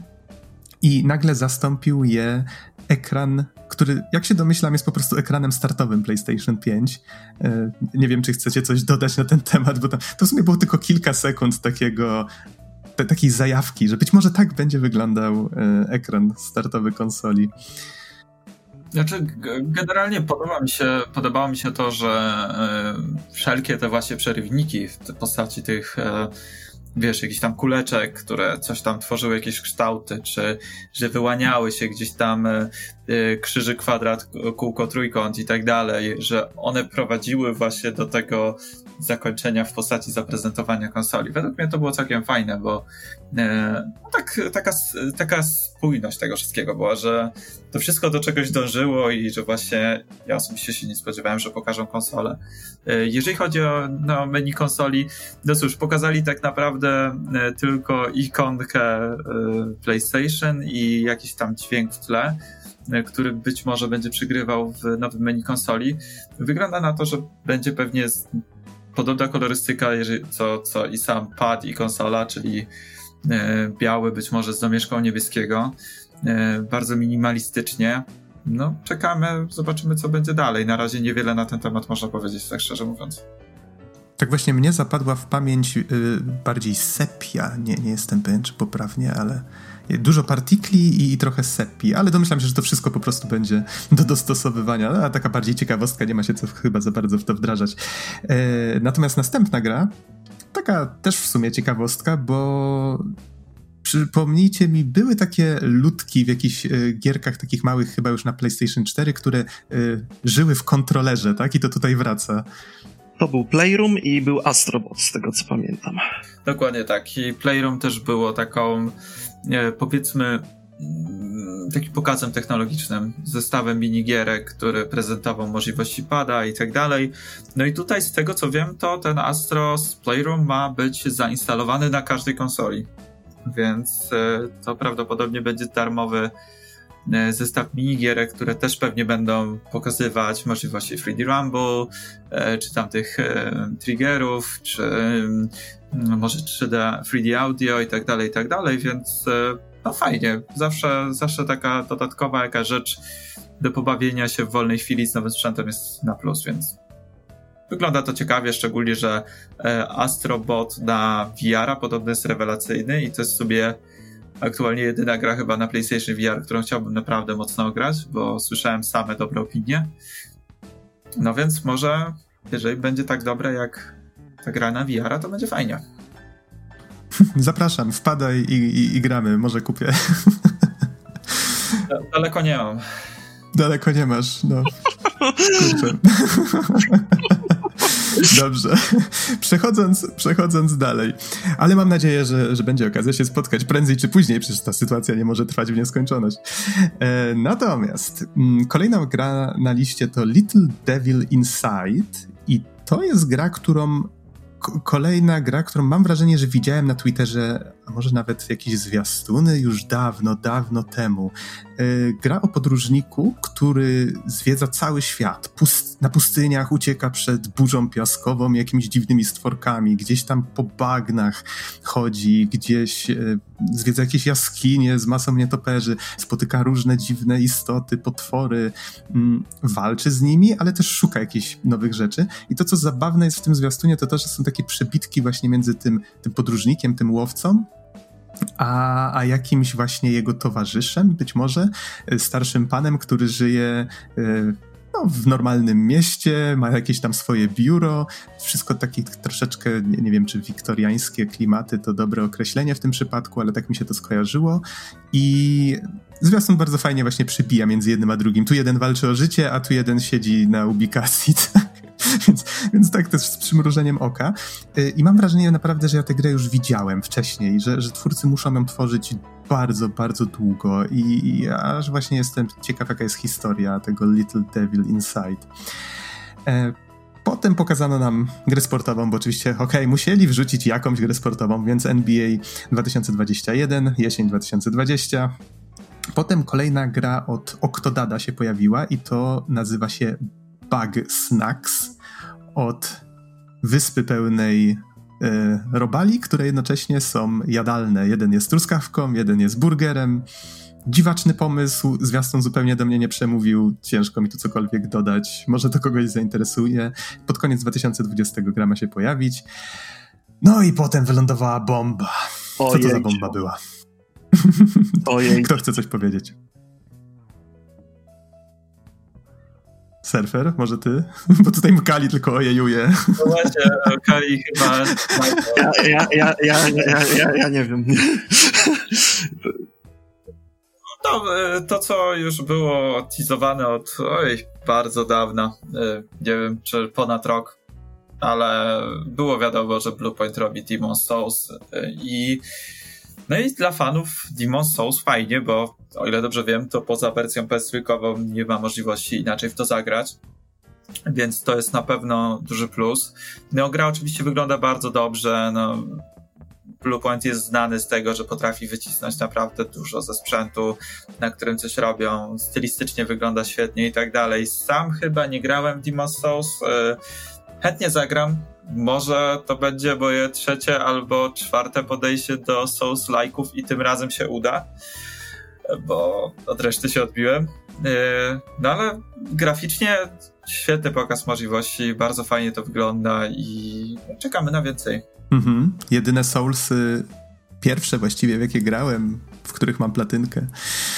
i nagle zastąpił je ekran, który, jak się domyślam, jest po prostu ekranem startowym PlayStation pięć. E, nie wiem, czy chcecie coś dodać na ten temat, bo tam, to w sumie było tylko kilka sekund takiego takiej zajawki, że być może tak będzie wyglądał e, ekran startowy konsoli. Znaczy, generalnie podoba mi się, podobało mi się to, że e, wszelkie te właśnie przerywniki w postaci tych, e, wiesz, jakichś tam kuleczek, które coś tam tworzyły, jakieś kształty, czy że wyłaniały się gdzieś tam e, krzyży, kwadrat, kółko, trójkąt i tak dalej, że one prowadziły właśnie do tego zakończenia w postaci zaprezentowania konsoli. Według mnie to było całkiem fajne, bo e, no tak, taka, taka spójność tego wszystkiego była, że to wszystko do czegoś dążyło i że właśnie ja osobiście się nie spodziewałem, że pokażą konsolę. E, jeżeli chodzi o no, menu konsoli, no cóż, pokazali tak naprawdę e, tylko ikonkę e, PlayStation i jakiś tam dźwięk w tle, e, który być może będzie przygrywał w nowym menu konsoli. Wygląda na to, że będzie pewnie z podobna kolorystyka, jeżeli, co, co i sam pad i konsola, czyli e, biały, być może z domieszką niebieskiego. E, bardzo minimalistycznie. No, czekamy, zobaczymy, co będzie dalej. Na razie niewiele na ten temat można powiedzieć, tak szczerze mówiąc. Tak właśnie mnie zapadła w pamięć y, bardziej sepia. Nie, nie jestem pewien, czy poprawnie, ale dużo partikli i, i trochę sepii, ale domyślam się, że to wszystko po prostu będzie do dostosowywania, a taka bardziej ciekawostka, nie ma się co chyba za bardzo w to wdrażać. E, natomiast następna gra, taka też w sumie ciekawostka, bo przypomnijcie mi, były takie ludki w jakichś y, gierkach takich małych, chyba już na PlayStation cztery, które y, żyły w kontrolerze, tak? I to tutaj wraca. To był Playroom i był Astrobot, z tego co pamiętam. Dokładnie tak. I Playroom też było taką, e, powiedzmy, takim pokazem technologicznym, zestawem minigierek, który prezentował możliwości pada i tak dalej. No i tutaj z tego co wiem, to ten Astro z Playroom ma być zainstalowany na każdej konsoli. Więc e, to prawdopodobnie będzie darmowy e, zestaw minigierek, które też pewnie będą pokazywać możliwości trzy D Rumble, e, czy tam tych e, triggerów, czy no, może trzy D, trzy D audio i tak dalej, i tak dalej, więc e, no fajnie. Zawsze, zawsze taka dodatkowa jaka rzecz do pobawienia się w wolnej chwili z nowym sprzętem jest na plus, więc wygląda to ciekawie, szczególnie, że e, Astrobot na V R a podobno jest rewelacyjny i to jest sobie aktualnie jedyna gra chyba na PlayStation V R, którą chciałbym naprawdę mocno grać, bo słyszałem same dobre opinie. No więc może, jeżeli będzie tak dobre jak ta gra na V R a, to będzie fajnie. Zapraszam, wpadaj i, i, i gramy, może kupię. Daleko nie mam. Daleko nie masz, no. Kurczę. Dobrze. Przechodząc, przechodząc dalej. Ale mam nadzieję, że, że będzie okazja się spotkać prędzej czy później, przecież ta sytuacja nie może trwać w nieskończoność. E, natomiast m, kolejna gra na liście to Little Devil Inside i to jest gra, którą K- kolejna gra, którą mam wrażenie, że widziałem na Twitterze, a może nawet jakieś zwiastuny już dawno, dawno temu. Yy, gra o podróżniku, który zwiedza cały świat. Pust- na pustyniach ucieka przed burzą piaskową, jakimiś dziwnymi stworkami. Gdzieś tam po bagnach chodzi, gdzieś yy, zwiedza jakieś jaskinie z masą nietoperzy, spotyka różne dziwne istoty, potwory, yy, walczy z nimi, ale też szuka jakichś nowych rzeczy. I to, co zabawne jest w tym zwiastunie, to to, że są takie przebitki właśnie między tym, tym podróżnikiem, tym łowcą, a, a jakimś właśnie jego towarzyszem, być może starszym panem, który żyje no, w normalnym mieście, ma jakieś tam swoje biuro, wszystko takie troszeczkę, nie, nie wiem, czy wiktoriańskie klimaty to dobre określenie w tym przypadku, ale tak mi się to skojarzyło i zwiastun bardzo fajnie właśnie przybija między jednym a drugim. Tu jeden walczy o życie, a tu jeden siedzi na ubikacji, tak? Więc, więc tak też z przymrużeniem oka. I mam wrażenie naprawdę, że ja tę grę już widziałem wcześniej, że, że twórcy muszą ją tworzyć bardzo, bardzo długo i, i aż właśnie jestem ciekaw, jaka jest historia tego Little Devil Inside. Potem pokazano nam grę sportową, bo oczywiście, okej, okay, musieli wrzucić jakąś grę sportową, więc N B A dwa tysiące dwudziesty pierwszy, jesień dwa tysiące dwudziesty. Potem kolejna gra od Octodada się pojawiła i to nazywa się Bug Snacks, od wyspy pełnej y, robali, które jednocześnie są jadalne. Jeden jest truskawką, jeden jest burgerem. Dziwaczny pomysł, zwiastun zupełnie do mnie nie przemówił, ciężko mi tu cokolwiek dodać, może to kogoś zainteresuje. Pod koniec dwa tysiące dwudziestego gra ma się pojawić. No i potem wylądowała bomba. Co Ojej. to za bomba była? Ojej. Kto chce coś powiedzieć? Surfer, może ty? Bo tutaj Kali tylko ojejuje. No właśnie, Kali chyba... Ja, ja, ja, ja, ja, ja, ja nie wiem. To, to, co już było teasowane od oj, bardzo dawna, nie wiem, czy ponad rok, ale było wiadomo, że Bluepoint robi Demon's Souls i no i dla fanów Demon's Souls fajnie, bo o ile dobrze wiem, to poza wersją P S trzy-kową nie ma możliwości inaczej w to zagrać, więc to jest na pewno duży plus. No, gra oczywiście wygląda bardzo dobrze, no Bluepoint jest znany z tego, że potrafi wycisnąć naprawdę dużo ze sprzętu, na którym coś robią, stylistycznie wygląda świetnie i tak dalej. Sam chyba nie grałem w Demon's Souls, chętnie zagram, może to będzie moje trzecie albo czwarte podejście do Souls-like'ów i tym razem się uda, bo od reszty się odbiłem. No ale graficznie świetny pokaz możliwości, bardzo fajnie to wygląda i czekamy na więcej. Mhm. Jedyne Soulsy, pierwsze właściwie w jakie grałem, w których mam platynkę.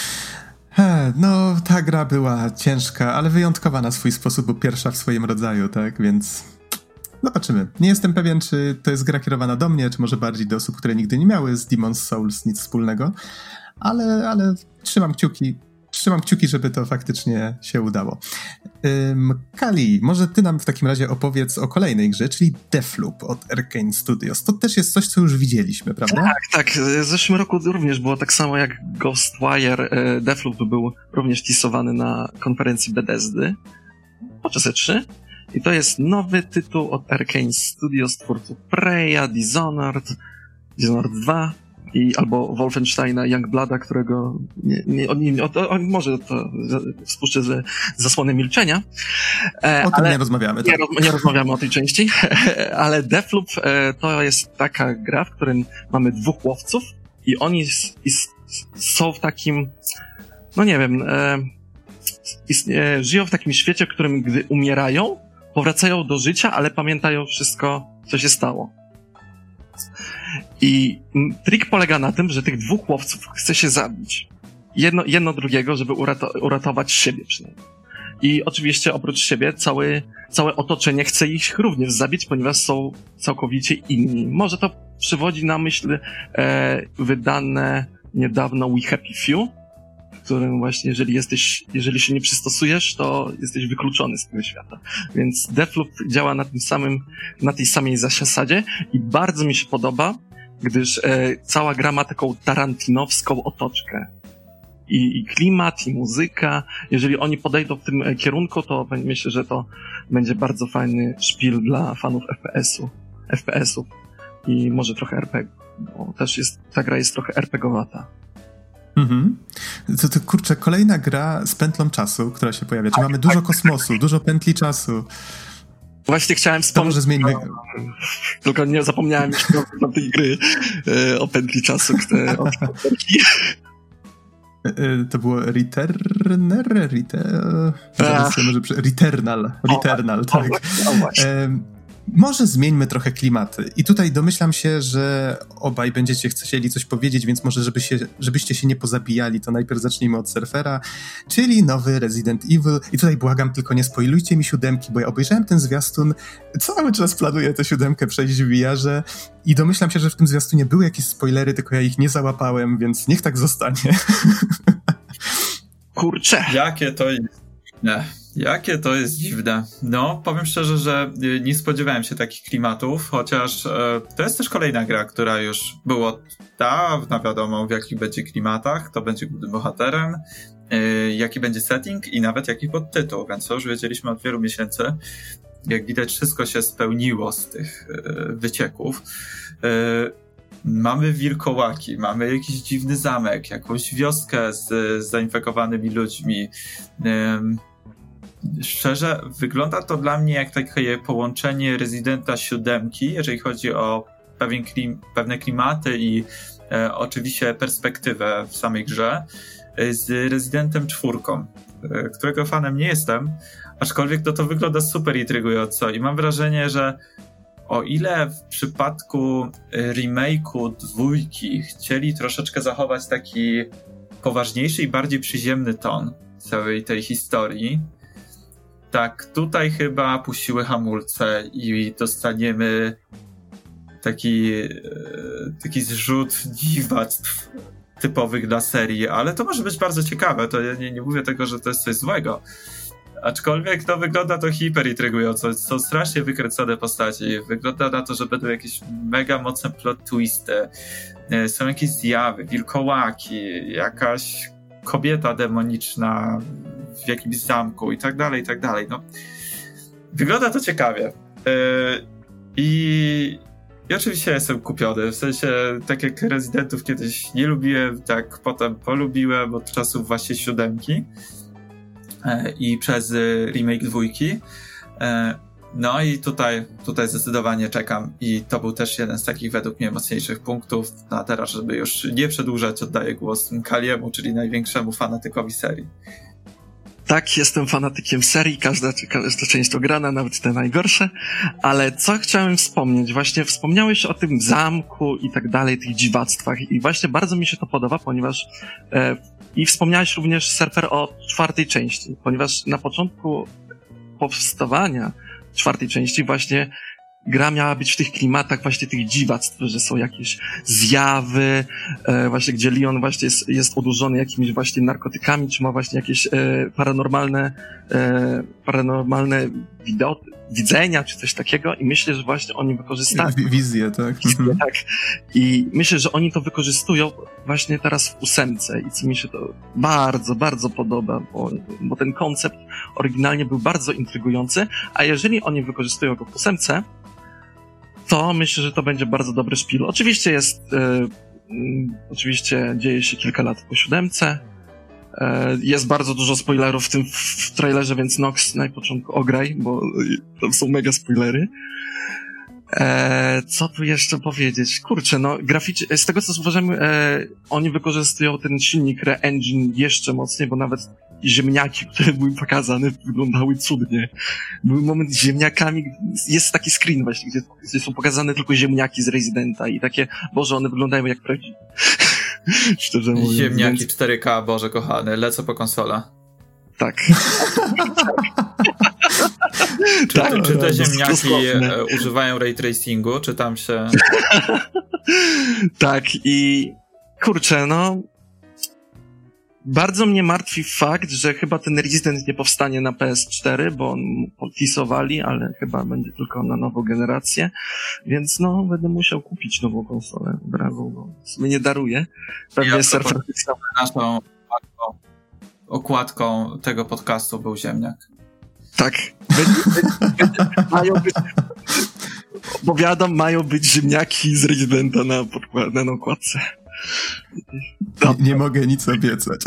He, no, ta gra była ciężka, ale wyjątkowa na swój sposób, bo pierwsza w swoim rodzaju, tak, więc zobaczymy. Nie jestem pewien, czy to jest gra kierowana do mnie, czy może bardziej do osób, które nigdy nie miały z Demon's Souls nic wspólnego, ale, ale trzymam kciuki, trzymam kciuki, żeby to faktycznie się udało. Ym, Kali, może ty nam w takim razie opowiedz o kolejnej grze, czyli Deathloop od Arkane Studios. To też jest coś, co już widzieliśmy, prawda? Tak, tak. W zeszłym roku również było tak samo jak Ghostwire. Deathloop był również teasowany na konferencji Bethesdy podczas E trzy. I to jest nowy tytuł od Arkane Studios, twórców Preya, Dishonored, Dishonored dwa i albo Wolfensteina Youngblooda, którego nie, nie, on, on, on może to spuszczę z zasłony milczenia. E, o tym ale nie rozmawiamy. Tak? Nie, nie rozmawiamy o tej części, ale Deathloop e, to jest taka gra, w którym mamy dwóch łowców i oni s, s, są w takim, no nie wiem, e, istnie, żyją w takim świecie, w którym gdy umierają, powracają do życia, ale pamiętają wszystko, co się stało. I trik polega na tym, że tych dwóch łowców chce się zabić. Jedno, jedno drugiego, żeby urato- uratować siebie przynajmniej. I oczywiście oprócz siebie całe, całe otoczenie chce ich również zabić, ponieważ są całkowicie inni. Może to przywodzi na myśl e, wydane niedawno We Happy Few, w którym właśnie jeżeli jesteś, jeżeli się nie przystosujesz, to jesteś wykluczony z tego świata. Więc Deathloop działa na tym samym, na tej samej zasadzie i bardzo mi się podoba, gdyż e, cała gra ma taką tarantinowską otoczkę. I, I klimat, i muzyka. Jeżeli oni podejdą w tym kierunku, to myślę, że to będzie bardzo fajny szpil dla fanów F P S-u. F P S-ów i może trochę R P G, bo też jest, ta gra jest trochę er pe gie owata. Mhm. To, to kurczę, kolejna gra z pętlą czasu, która się pojawia. Czy mamy dużo kosmosu, dużo pętli czasu? Właśnie chciałem wspomnieć. To może zmieńmy. Tylko nie zapomniałem jeszcze o tej gry e, o pętli czasu. Które, o to było Returner? Return... Może... Returnal. Returnal, tak. O, właśnie. Może zmieńmy trochę klimaty. I tutaj domyślam się, że obaj będziecie chcieli coś powiedzieć, więc może żeby się, żebyście się nie pozabijali, to najpierw zacznijmy od Surfera, czyli nowy Resident Evil. I tutaj błagam, tylko nie spoilujcie mi siódemki, bo ja obejrzałem ten zwiastun, cały czas planuję tę siódemkę przejść w V R-ze i domyślam się, że w tym zwiastunie były jakieś spoilery, tylko ja ich nie załapałem, więc niech tak zostanie. Kurczę. Jakie to jest... Nie. Jakie to jest dziwne. No, powiem szczerze, że nie spodziewałem się takich klimatów, chociaż e, to jest też kolejna gra, która już była od dawna wiadomo, w jakich będzie klimatach, kto będzie głównym bohaterem, e, jaki będzie setting i nawet jaki podtytuł, więc to już wiedzieliśmy od wielu miesięcy. Jak widać, wszystko się spełniło z tych e, wycieków. E, mamy wilkołaki, mamy jakiś dziwny zamek, jakąś wioskę z, z zainfekowanymi ludźmi. E, Szczerze, wygląda to dla mnie jak takie połączenie Residenta siódemki, jeżeli chodzi o pewien klim, pewne klimaty i e, oczywiście perspektywę w samej grze, e, z Residentem czwórką, e, którego fanem nie jestem, aczkolwiek to, to wygląda super intrygująco i mam wrażenie, że o ile w przypadku remake'u dwójki chcieli troszeczkę zachować taki poważniejszy i bardziej przyziemny ton całej tej historii, tak, tutaj chyba puściły hamulce i dostaniemy taki, taki zrzut dziwactw typowych dla serii, ale to może być bardzo ciekawe, to ja nie, nie mówię tego, że to jest coś złego. Aczkolwiek to wygląda to hiper intrygująco, są strasznie wykręcone postaci, wygląda na to, że będą jakieś mega mocne plot twisty, są jakieś zjawy, wilkołaki, jakaś kobieta demoniczna w jakimś zamku i tak dalej, i tak dalej. No, wygląda to ciekawie. Yy, i, I oczywiście jestem kupiony. W sensie, tak jak Residentów kiedyś nie lubiłem, tak potem polubiłem od czasów właśnie siódemki yy, i przez remake dwójki. Yy, no i tutaj, tutaj zdecydowanie czekam i to był też jeden z takich według mnie mocniejszych punktów. No a teraz, żeby już nie przedłużać, oddaję głos Kaliemu, czyli największemu fanatykowi serii. Tak, jestem fanatykiem serii, każda, każda część ograna, nawet te najgorsze, ale co chciałem wspomnieć, właśnie wspomniałeś o tym zamku i tak dalej, tych dziwactwach i właśnie bardzo mi się to podoba, ponieważ e, i wspomniałeś również, Surfer, o czwartej części, ponieważ na początku powstawania czwartej części właśnie gra miała być w tych klimatach właśnie tych dziwactw, że są jakieś zjawy, e, właśnie gdzie Leon właśnie jest, jest odurzony jakimiś właśnie narkotykami, czy ma właśnie jakieś e, paranormalne e, paranormalne wideo, widzenia, czy coś takiego i myślę, że właśnie oni wykorzystają... Wizje, tak. Wizje, tak. I myślę, że oni to wykorzystują właśnie teraz w ósemce i co mi się to bardzo, bardzo podoba, bo, bo ten koncept oryginalnie był bardzo intrygujący, a jeżeli oni wykorzystują go w ósemce, to myślę, że to będzie bardzo dobry szpil. Oczywiście jest, e, m, oczywiście dzieje się kilka lat po siódemce. E, jest bardzo dużo spoilerów w tym w, w trailerze, więc Nox na początku ograj, bo tam są mega spoilery. E, co tu jeszcze powiedzieć? Kurczę, no graficznie, z tego co zauważyłem, e, oni wykorzystują ten silnik Re-Engine jeszcze mocniej, bo nawet ziemniaki, które były pokazane, wyglądały cudnie. Był moment z ziemniakami, jest taki screen właśnie, gdzie, gdzie są pokazane tylko ziemniaki z Residenta i takie, Boże, one wyglądają jak prawdziwe. Szczerze mówiąc. Ziemniaki więc... cztery K, Boże kochany, lecę po konsola. Tak. Czy, tak, to, czy te ziemniaki dosłownie. używają ray tracingu, czy tam się... Tak i kurczę, no bardzo mnie martwi fakt, że chyba ten Resident nie powstanie na P S cztery, bo on podpisowali, ale chyba będzie tylko na nową generację, więc no będę musiał kupić nową konsolę od razu, bo sobie nie daruję. Pewnie ja surfer... Naszą okładką, okładką tego podcastu był ziemniak. Tak. Będzie, będzie, będzie, mają być, Bo wiadomo, mają być ziemniaki z Residenta na, podkład- na okładce. Nie, nie mogę nic obiecać.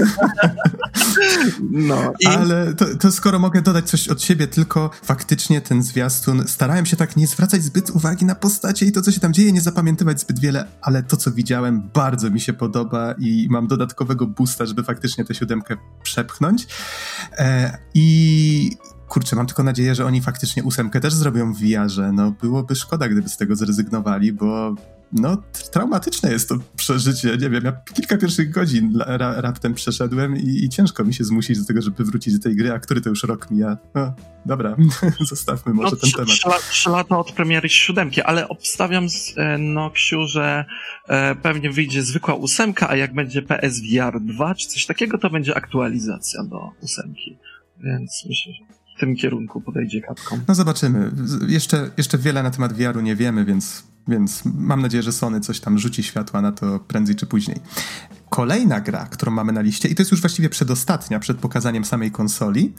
No, i... Ale to, to skoro mogę dodać coś od siebie, tylko faktycznie ten zwiastun, starałem się tak nie zwracać zbyt uwagi na postacie i to, co się tam dzieje, nie zapamiętywać zbyt wiele, ale to, co widziałem, bardzo mi się podoba i mam dodatkowego boosta, żeby faktycznie tę siódemkę przepchnąć. E, I... Kurczę, mam tylko nadzieję, że oni faktycznie ósemkę też zrobią w V R-ze. No, byłoby szkoda, gdyby z tego zrezygnowali, bo no, traumatyczne jest to przeżycie. Nie wiem, ja kilka pierwszych godzin ra- raptem przeszedłem i, i ciężko mi się zmusić do tego, żeby wrócić do tej gry, a który to już rok mija. No, dobra, zostawmy może no, ten temat. Trzy, trzy lata od premiery siódemki, ale obstawiam z e, Noxiu, że e, pewnie wyjdzie zwykła ósemka, a jak będzie P S V R dwa czy coś takiego, to będzie aktualizacja do ósemki. Więc myślę, że w tym kierunku podejdzie Capcom. No zobaczymy. Jeszcze, jeszcze wiele na temat V R-u nie wiemy, więc, więc mam nadzieję, że Sony coś tam rzuci światła na to prędzej czy później. Kolejna gra, którą mamy na liście, i to jest już właściwie przedostatnia, przed pokazaniem samej konsoli,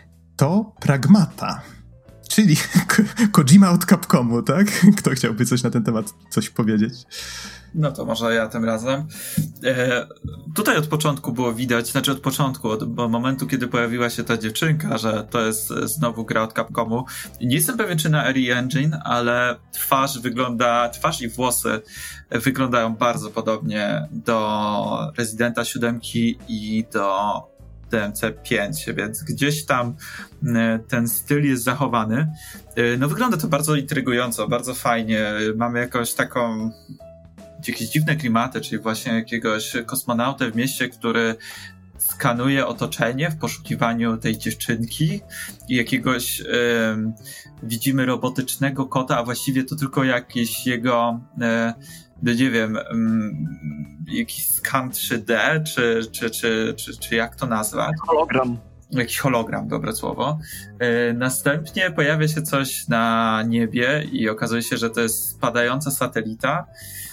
to Pragmata. Czyli Kojima od Capcomu, tak? Kto chciałby coś na ten temat coś powiedzieć? No to może ja tym razem. E, tutaj od początku było widać, znaczy od początku, od bo momentu, kiedy pojawiła się ta dziewczynka, że to jest znowu gra od Capcomu. Nie jestem pewien, czy na Unreal Engine, ale twarz wygląda, twarz i włosy wyglądają bardzo podobnie do Residenta siódemki i do D M C pięć, więc gdzieś tam ten styl jest zachowany. No wygląda to bardzo intrygująco, bardzo fajnie. Mamy jakąś taką jakieś dziwne klimaty, czyli właśnie jakiegoś kosmonautę w mieście, który skanuje otoczenie w poszukiwaniu tej dziewczynki i jakiegoś um, widzimy robotycznego kota, a właściwie to tylko jakiś jego e, no nie wiem, um, jakiś skan trzy D, czy, czy, czy, czy, czy jak to nazwać? Hologram. Jakiś hologram, dobre słowo. E, następnie pojawia się coś na niebie i okazuje się, że to jest spadająca satelita,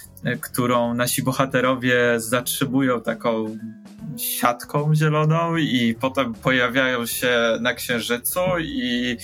którą nasi bohaterowie zatrzymują taką siatką zieloną i potem pojawiają się na Księżycu i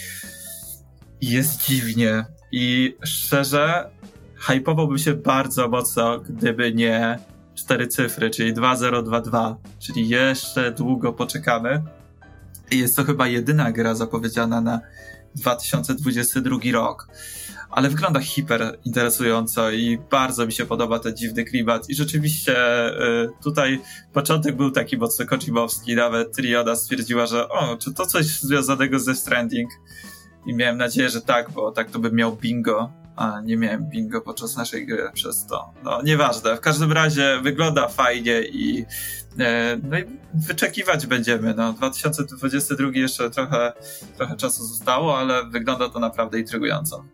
jest dziwnie. I szczerze, hypowałbym się bardzo mocno, gdyby nie cztery cyfry, czyli dwa zero dwa dwa, czyli jeszcze długo poczekamy. I jest to chyba jedyna gra zapowiedziana na dwa tysiące dwudziesty drugi rok. Ale wygląda hiper interesująco i bardzo mi się podoba ten dziwny klimat i rzeczywiście y, tutaj początek był taki mocno kojimowski, nawet Triona stwierdziła, że o, czy to coś związanego ze Stranding? I miałem nadzieję, że tak, bo tak to bym miał bingo, a nie miałem bingo podczas naszej gry przez to. No, nieważne, w każdym razie wygląda fajnie i y, no i wyczekiwać będziemy. No, dwa tysiące dwudziesty drugi jeszcze trochę, trochę czasu zostało, ale wygląda to naprawdę intrygująco.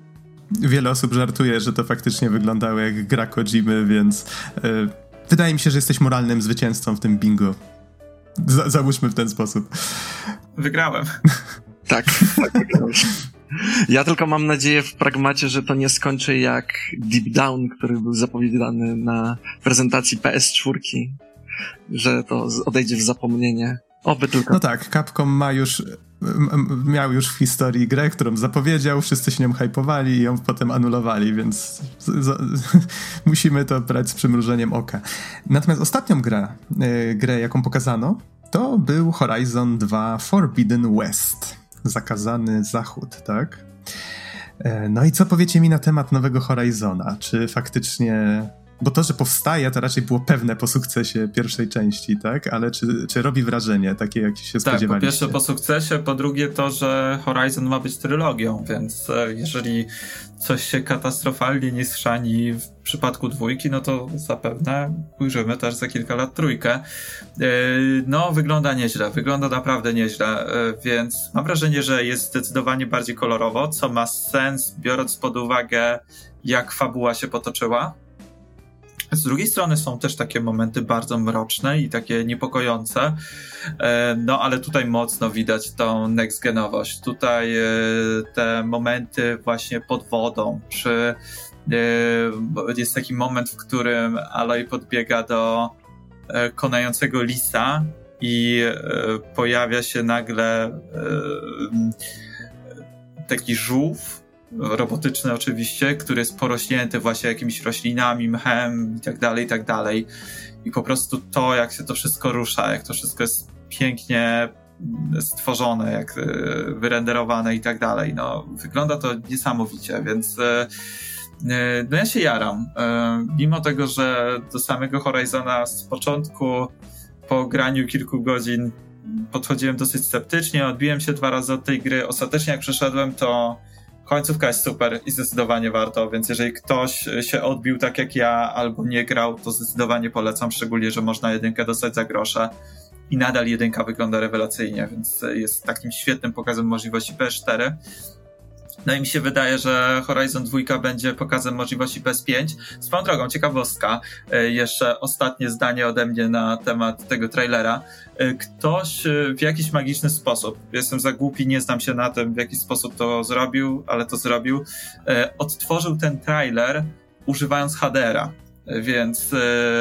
Wiele osób żartuje, że to faktycznie wyglądało jak gra Kojimy, więc yy, wydaje mi się, że jesteś moralnym zwycięzcą w tym bingo. Z- załóżmy w ten sposób. Wygrałem. Tak, tak wygrałeś. Ja tylko mam nadzieję w Pragmacie, że to nie skończy jak Deep Down, który był zapowiedziany na prezentacji P S cztery, że to odejdzie w zapomnienie. Oby tylko. No tak, Capcom ma już miał już w historii grę, którą zapowiedział, wszyscy się nią hypowali i ją potem anulowali, więc z, z, musimy to brać z przymrużeniem oka. Natomiast ostatnią grę, y, grę, jaką pokazano, to był Horizon dwa Forbidden West. Zakazany Zachód, tak? Y, no i co powiecie mi na temat nowego Horizona? Czy faktycznie... Bo to, że powstaje, to raczej było pewne po sukcesie pierwszej części, tak? Ale czy, czy robi wrażenie takie, jak się spodziewaliście? Tak, po pierwsze po sukcesie, po drugie to, że Horizon ma być trylogią, więc jeżeli coś się katastrofalnie nie schrzani w przypadku dwójki, no to zapewne ujrzymy też za kilka lat trójkę. No, wygląda nieźle, wygląda naprawdę nieźle, więc mam wrażenie, że jest zdecydowanie bardziej kolorowo, co ma sens, biorąc pod uwagę, jak fabuła się potoczyła. Z drugiej strony są też takie momenty bardzo mroczne i takie niepokojące, no ale tutaj mocno widać tą next-genowość. Tutaj te momenty właśnie pod wodą, czy jest taki moment, w którym Aloy podbiega do konającego lisa i pojawia się nagle taki żółw robotyczny oczywiście, który jest porośnięty właśnie jakimiś roślinami, mchem i tak dalej, i tak dalej. I po prostu to, jak się to wszystko rusza, jak to wszystko jest pięknie stworzone, jak wyrenderowane i tak dalej, no wygląda to niesamowicie, więc no ja się jaram. Mimo tego, że do samego Horizona z początku po graniu kilku godzin podchodziłem dosyć sceptycznie, odbiłem się dwa razy od tej gry. Ostatecznie jak przeszedłem, to końcówka jest super i zdecydowanie warto, więc jeżeli ktoś się odbił tak jak ja albo nie grał, to zdecydowanie polecam, szczególnie, że można jedynkę dostać za grosze i nadal jedynka wygląda rewelacyjnie, więc jest takim świetnym pokazem możliwości P S cztery. No i mi się wydaje, że Horizon dwa będzie pokazem możliwości P S pięć. Swoją drogą, ciekawostka, jeszcze ostatnie zdanie ode mnie na temat tego trailera. Ktoś w jakiś magiczny sposób, jestem za głupi, nie znam się na tym, w jaki sposób to zrobił, ale to zrobił, odtworzył ten trailer używając H D R-a, więc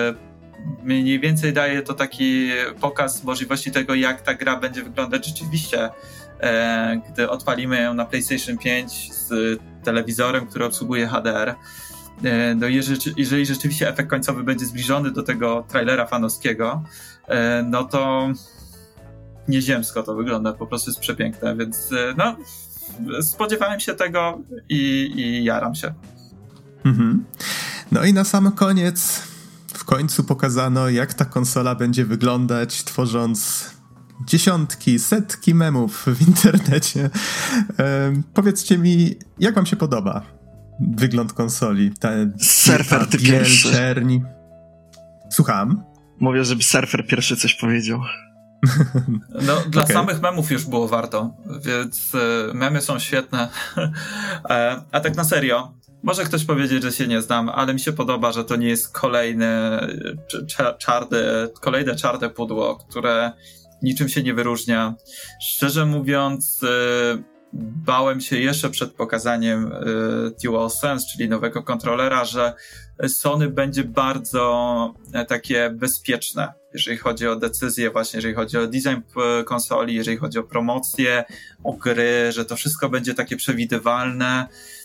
mniej więcej daje to taki pokaz możliwości tego, jak ta gra będzie wyglądać rzeczywiście, gdy odpalimy ją na PlayStation pięć z telewizorem, który obsługuje H D R. No jeżeli, jeżeli rzeczywiście efekt końcowy będzie zbliżony do tego trailera fanowskiego, no to nieziemsko to wygląda, po prostu jest przepiękne, więc no spodziewałem się tego i, i jaram się. Mhm. No i na sam koniec w końcu pokazano, jak ta konsola będzie wyglądać, tworząc dziesiątki, setki memów w internecie. Ehm, powiedzcie mi, jak wam się podoba wygląd konsoli? Ta, Surfer, ty biel, pierwszy. czerni. Słucham? Mówię, żeby Surfer pierwszy coś powiedział. No, dla okay. samych memów już było warto, więc y, memy są świetne. e, a tak na serio, może ktoś powiedzieć, że się nie znam, ale mi się podoba, że to nie jest kolejne czarne, kolejne czarne pudło, które niczym się nie wyróżnia. Szczerze mówiąc, bałem się jeszcze przed pokazaniem DualSense, czyli nowego kontrolera, że Sony będzie bardzo takie bezpieczne, jeżeli chodzi o decyzje, właśnie jeżeli chodzi o design konsoli, jeżeli chodzi o promocję, o gry, że to wszystko będzie takie przewidywalne,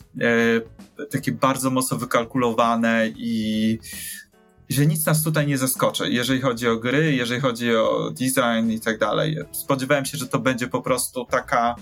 takie bardzo mocno wykalkulowane i że nic nas tutaj nie zaskoczy, jeżeli chodzi o gry, jeżeli chodzi o design i tak dalej. Spodziewałem się, że to będzie po prostu taka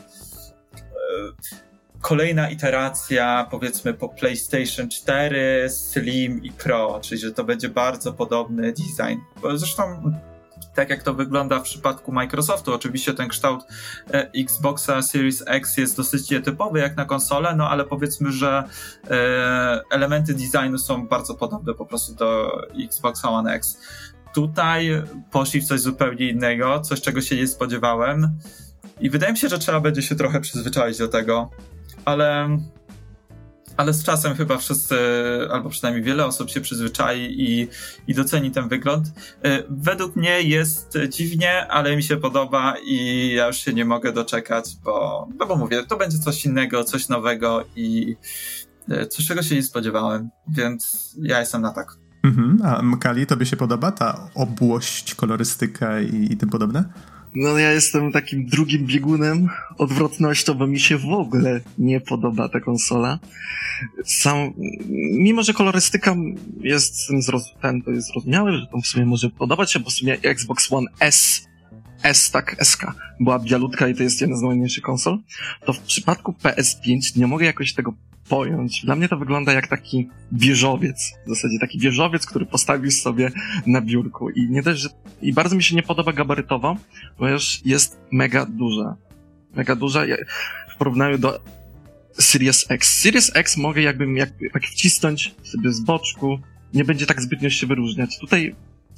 e, kolejna iteracja, powiedzmy po PlayStation cztery, Slim i Pro, czyli że to będzie bardzo podobny design. Zresztą tak jak to wygląda w przypadku Microsoftu, oczywiście ten kształt e, Xboxa Series X jest dosyć nietypowy jak na konsolę, no ale powiedzmy, że e, elementy designu są bardzo podobne po prostu do Xboxa One X. Tutaj poszli w coś zupełnie innego, coś czego się nie spodziewałem i wydaje mi się, że trzeba będzie się trochę przyzwyczaić do tego, ale... Ale z czasem chyba wszyscy, albo przynajmniej wiele osób się przyzwyczai i, i doceni ten wygląd. Według mnie jest dziwnie, ale mi się podoba i ja już się nie mogę doczekać, bo, no bo mówię, to będzie coś innego, coś nowego i coś, czego się nie spodziewałem, więc ja jestem na tak. Mhm. A Mkali, tobie się podoba ta obłość, kolorystyka i, i tym podobne? No ja jestem takim drugim biegunem, odwrotnością, bo mi się w ogóle nie podoba ta konsola. Sam, mimo że kolorystyka jest, ten to jest zrozumiałe, że to w sumie może podobać się, bo w sumie Xbox One S, S tak, S K, była bialutka i to jest jedna z najładniejszych konsol, to w przypadku P S pięć nie mogę jakoś tego pojąć. Dla mnie to wygląda jak taki wieżowiec, w zasadzie taki wieżowiec, który postawił sobie na biurku i nie dość, że i bardzo mi się nie podoba gabarytowo, ponieważ jest mega duża. Mega duża w porównaniu do Series X. Series X mogę jakbym jak, jak wcisnąć sobie z boczku, nie będzie tak zbytnio się wyróżniać. Tutaj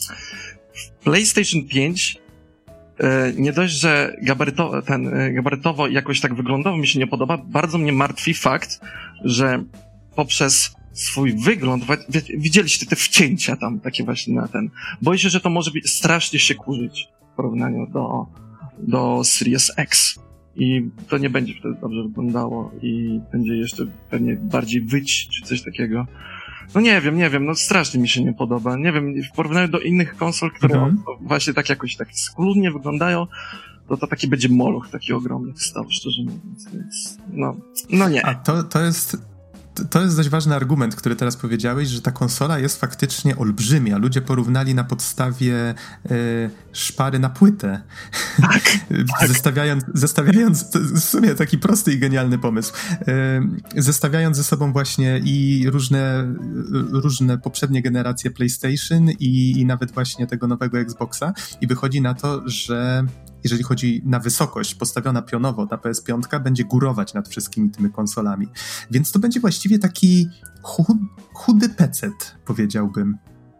w PlayStation pięć nie dość, że gabaryto, ten, gabarytowo jakoś tak wyglądowo mi się nie podoba, bardzo mnie martwi fakt, że poprzez swój wygląd, widzieliście te wcięcia tam, takie właśnie na ten, boję się, że to może być strasznie się kurzyć w porównaniu do, do Series X i to nie będzie wtedy dobrze wyglądało i będzie jeszcze pewnie bardziej wyć, czy coś takiego. No nie wiem, nie wiem, no strasznie mi się nie podoba. Nie wiem, w porównaniu do innych konsol, które mhm. właśnie tak jakoś tak schludnie wyglądają, to to taki będzie moloch taki ogromny wstał, szczerze mówiąc, więc no, no nie. A to, to jest... To jest dość ważny argument, który teraz powiedziałeś, że ta konsola jest faktycznie olbrzymia. Ludzie porównali na podstawie y, szpary na płytę. Tak, tak. Zestawiając, zestawiając, to w sumie taki prosty i genialny pomysł, y, zestawiając ze sobą właśnie i różne, różne poprzednie generacje PlayStation i, i nawet właśnie tego nowego Xboxa i wychodzi na to, że jeżeli chodzi na wysokość, postawiona pionowo, ta P S pięć będzie górować nad wszystkimi tymi konsolami. Więc to będzie właściwie taki chud, chudy pecet, powiedziałbym.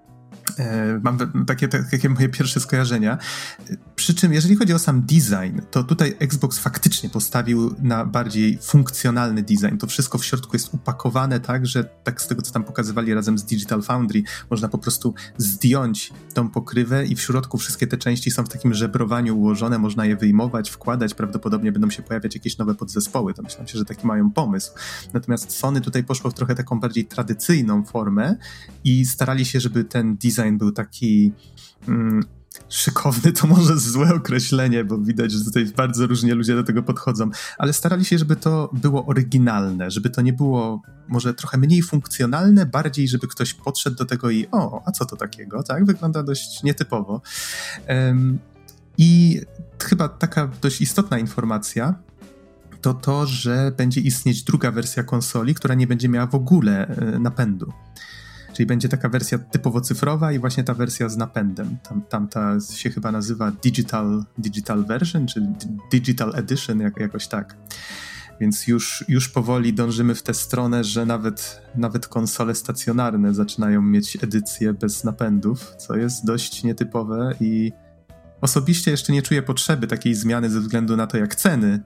E, mam takie, takie moje pierwsze skojarzenia. Przy czym, jeżeli chodzi o sam design, to tutaj Xbox faktycznie postawił na bardziej funkcjonalny design. To wszystko w środku jest upakowane tak, że tak z tego, co tam pokazywali razem z Digital Foundry, można po prostu zdjąć tą pokrywę i w środku wszystkie te części są w takim żebrowaniu ułożone, można je wyjmować, wkładać, prawdopodobnie będą się pojawiać jakieś nowe podzespoły. To myślę się, że taki mają pomysł. Natomiast Sony tutaj poszło w trochę taką bardziej tradycyjną formę i starali się, żeby ten design był taki... Mm, szykowny to może złe określenie, bo widać, że tutaj bardzo różnie ludzie do tego podchodzą, ale starali się, żeby to było oryginalne, żeby to nie było może trochę mniej funkcjonalne, bardziej, żeby ktoś podszedł do tego i o, a co to takiego, tak? Wygląda dość nietypowo. Um, I chyba taka dość istotna informacja to to, że będzie istnieć druga wersja konsoli, która nie będzie miała w ogóle e, napędu. Czyli będzie taka wersja typowo cyfrowa i właśnie ta wersja z napędem. Tam, tamta się chyba nazywa Digital, digital Version, czy Digital Edition, jak, jakoś tak. Więc już, już powoli dążymy w tę stronę, że nawet, nawet konsole stacjonarne zaczynają mieć edycję bez napędów, co jest dość nietypowe i osobiście jeszcze nie czuję potrzeby takiej zmiany ze względu na to, jak ceny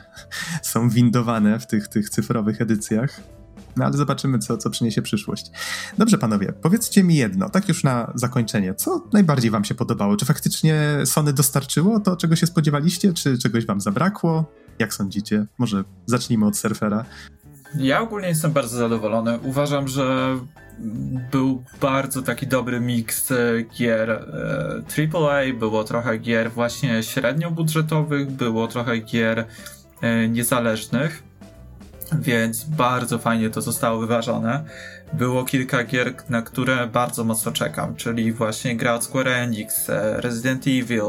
są windowane w tych, tych cyfrowych edycjach. No ale zobaczymy, co, co przyniesie przyszłość. Dobrze, panowie, powiedzcie mi jedno, tak już na zakończenie, co najbardziej wam się podobało? Czy faktycznie Sony dostarczyło to, czego się spodziewaliście, czy czegoś wam zabrakło? Jak sądzicie? Może zacznijmy od Surfera. Ja ogólnie jestem bardzo zadowolony. Uważam, że był bardzo taki dobry miks gier e, triple A, było trochę gier właśnie średniobudżetowych, było trochę gier e, niezależnych. Więc bardzo fajnie to zostało wyważone. Było kilka gier, na które bardzo mocno czekam, czyli właśnie gra od Square Enix, Resident Evil,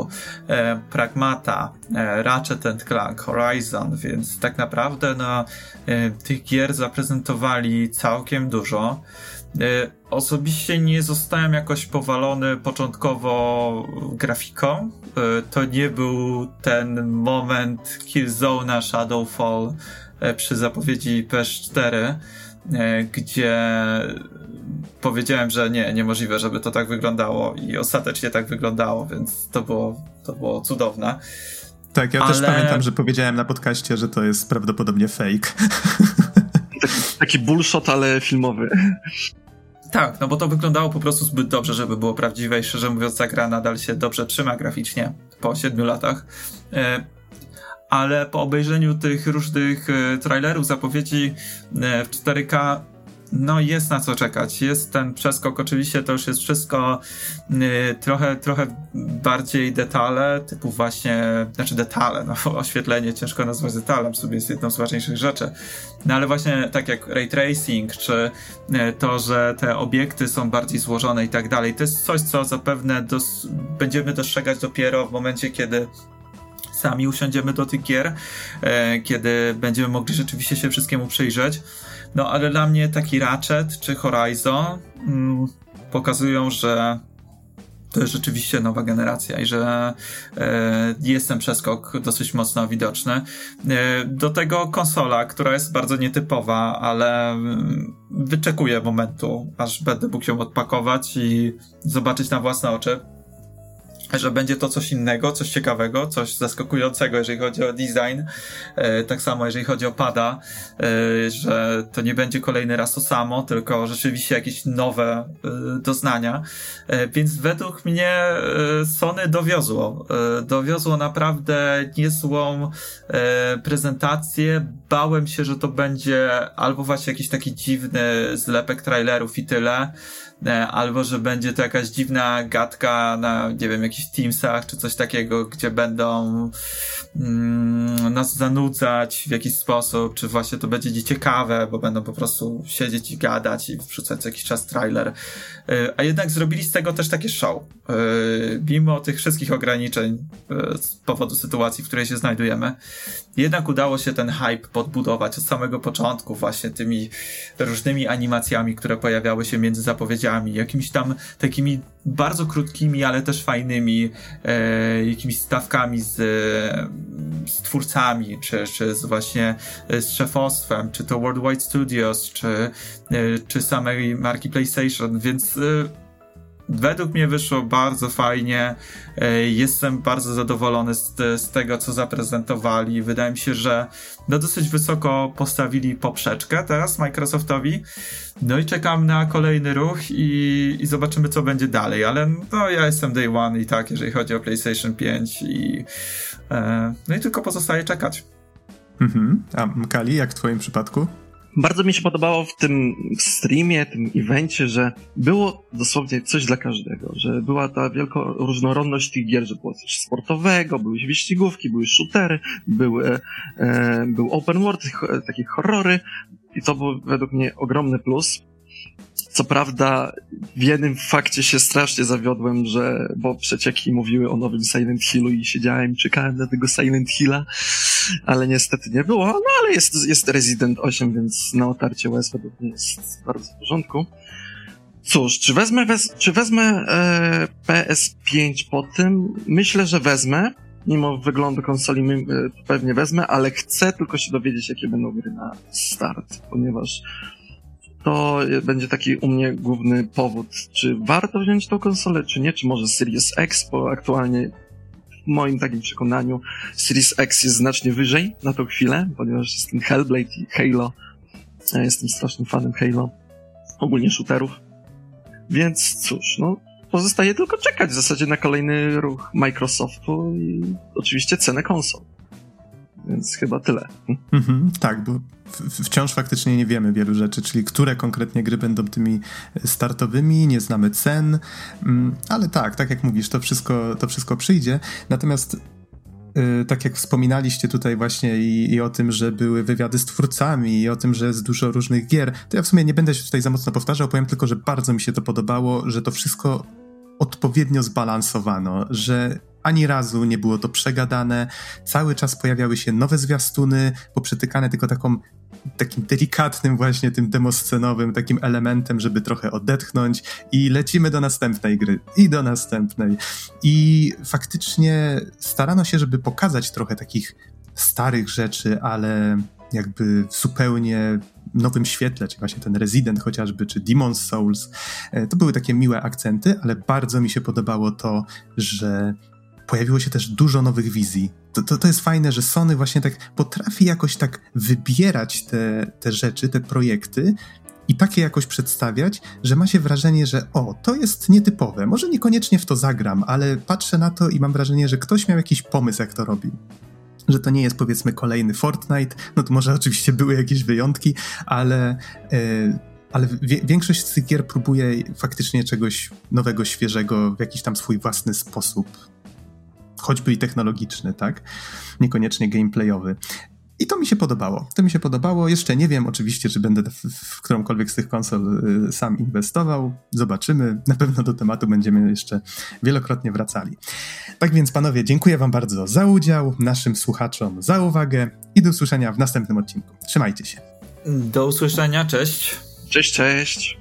Pragmata, Ratchet and Clank, Horizon, więc tak naprawdę no, tych gier zaprezentowali całkiem dużo. Osobiście nie zostałem jakoś powalony początkowo grafiką. To nie był ten moment Killzone'a, Shadowfall przy zapowiedzi P S cztery, gdzie powiedziałem, że nie, niemożliwe, żeby to tak wyglądało i ostatecznie tak wyglądało, więc to było, to było cudowne. Tak, ja Ale... też pamiętam, że powiedziałem na podcaście, że to jest prawdopodobnie fake. Taki, taki bullshot, ale filmowy. Tak, no bo to wyglądało po prostu zbyt dobrze, żeby było prawdziwe i szczerze mówiąc ta gra nadal się dobrze trzyma graficznie po siedmiu latach. Ale po obejrzeniu tych różnych e, trailerów, zapowiedzi e, w cztery K, no jest na co czekać. Jest ten przeskok, oczywiście to już jest wszystko e, trochę, trochę bardziej detale, typu właśnie, znaczy detale, no oświetlenie ciężko nazwać detalem, w sobie jest jedną z ważniejszych rzeczy. No ale właśnie tak jak ray tracing, czy e, to, że te obiekty są bardziej złożone i tak dalej, to jest coś, co zapewne dos- będziemy dostrzegać dopiero w momencie, kiedy sami usiądziemy do tych gier, e, kiedy będziemy mogli rzeczywiście się wszystkiemu przyjrzeć. No ale dla mnie taki Ratchet czy Horizon mm, pokazują, że to jest rzeczywiście nowa generacja i że e, jest ten przeskok dosyć mocno widoczny. E, do tego konsola, która jest bardzo nietypowa, ale wyczekuję momentu, aż będę mógł ją odpakować i zobaczyć na własne oczy, że będzie to coś innego, coś ciekawego, coś zaskakującego, jeżeli chodzi o design. E, tak samo, jeżeli chodzi o pada, e, że to nie będzie kolejny raz to samo, tylko rzeczywiście jakieś nowe e, doznania. E, więc według mnie e, Sony dowiozło. E, dowiozło naprawdę niezłą e, prezentację. Bałem się, że to będzie albo właśnie jakiś taki dziwny zlepek trailerów i tyle, albo że będzie to jakaś dziwna gadka na, nie wiem, jakiś jakichś Teamsach czy coś takiego, gdzie będą mm, nas zanudzać w jakiś sposób, czy właśnie to będzie nieciekawe, bo będą po prostu siedzieć i gadać i wrzucać co jakiś czas trailer. Yy, a jednak zrobili z tego też takie show. Yy, mimo tych wszystkich ograniczeń yy, z powodu sytuacji, w której się znajdujemy, jednak udało się ten hype podbudować od samego początku właśnie tymi różnymi animacjami, które pojawiały się między zapowiedziami, jakimiś tam takimi bardzo krótkimi, ale też fajnymi e, jakimiś stawkami z, z twórcami, czy, czy z właśnie z szefostwem, czy to Worldwide Studios, czy, e, czy samej marki PlayStation, więc e, według mnie wyszło bardzo fajnie. Jestem bardzo zadowolony z, z tego, co zaprezentowali. Wydaje mi się, że no dosyć wysoko postawili poprzeczkę teraz Microsoftowi. No i czekam na kolejny ruch i, i zobaczymy, co będzie dalej. Ale no ja jestem day one i tak, jeżeli chodzi o PlayStation pięć i e, no i tylko pozostaje czekać. Mhm. A Kali, jak w twoim przypadku? Bardzo mi się podobało w tym streamie, tym evencie, że było dosłownie coś dla każdego, że była ta wielka różnorodność tych gier, że było coś sportowego, były wyścigówki, były shootery, były, e, był open world, takie horrory i to był według mnie ogromny plus. Co prawda w jednym fakcie się strasznie zawiodłem, że, bo przecieki mówiły o nowym Silent Hillu i siedziałem i czekałem na tego Silent Hilla, ale niestety nie było, no ale jest, jest Resident osiem, więc na otarcie łez według mnie jest bardzo w porządku. Cóż, czy wezmę, wez, czy wezmę e, P S pięć po tym? Myślę, że wezmę. Mimo wyglądu konsoli my, e, pewnie wezmę, ale chcę tylko się dowiedzieć, jakie będą gry na start, ponieważ to będzie taki u mnie główny powód, czy warto wziąć tą konsolę, czy nie, czy może Series X, bo aktualnie w moim takim przekonaniu Series X jest znacznie wyżej na tą chwilę, ponieważ jest ten Hellblade i Halo. Ja jestem strasznym fanem Halo, ogólnie shooterów. Więc cóż, no pozostaje tylko czekać w zasadzie na kolejny ruch Microsoftu i oczywiście cenę konsol. Więc chyba tyle. Mhm, tak, bo w- wciąż faktycznie nie wiemy wielu rzeczy, czyli które konkretnie gry będą tymi startowymi, nie znamy cen, ale tak, tak jak mówisz, to wszystko, to wszystko przyjdzie. Natomiast yy, tak jak wspominaliście tutaj właśnie i, i o tym, że były wywiady z twórcami i o tym, że jest dużo różnych gier, to ja w sumie nie będę się tutaj za mocno powtarzał, powiem tylko, że bardzo mi się to podobało, że to wszystko odpowiednio zbalansowano, że ani razu nie było to przegadane, cały czas pojawiały się nowe zwiastuny, poprzetykane tylko taką, takim delikatnym właśnie tym demoscenowym takim elementem, żeby trochę odetchnąć i lecimy do następnej gry i do następnej. I faktycznie starano się, żeby pokazać trochę takich starych rzeczy, ale jakby w zupełnie nowym świetle, czy właśnie ten Resident chociażby, czy Demon's Souls. To były takie miłe akcenty, ale bardzo mi się podobało to, że pojawiło się też dużo nowych wizji. To, to, to jest fajne, że Sony właśnie tak potrafi jakoś tak wybierać te, te rzeczy, te projekty i takie jakoś przedstawiać, że ma się wrażenie, że o, to jest nietypowe. Może niekoniecznie w to zagram, ale patrzę na to i mam wrażenie, że ktoś miał jakiś pomysł, jak to robił. Że to nie jest, powiedzmy, kolejny Fortnite. No to może oczywiście były jakieś wyjątki, ale... Yy, ale wie, większość z tych gier próbuje faktycznie czegoś nowego, świeżego w jakiś tam swój własny sposób. Choćby i technologiczny, tak? Niekoniecznie gameplayowy. I to mi się podobało. To mi się podobało. Jeszcze nie wiem oczywiście, czy będę w, w którąkolwiek z tych konsol y, sam inwestował. Zobaczymy. Na pewno do tematu będziemy jeszcze wielokrotnie wracali. Tak więc, panowie, dziękuję wam bardzo za udział, naszym słuchaczom za uwagę i do usłyszenia w następnym odcinku. Trzymajcie się. Do usłyszenia, cześć. Cześć, cześć.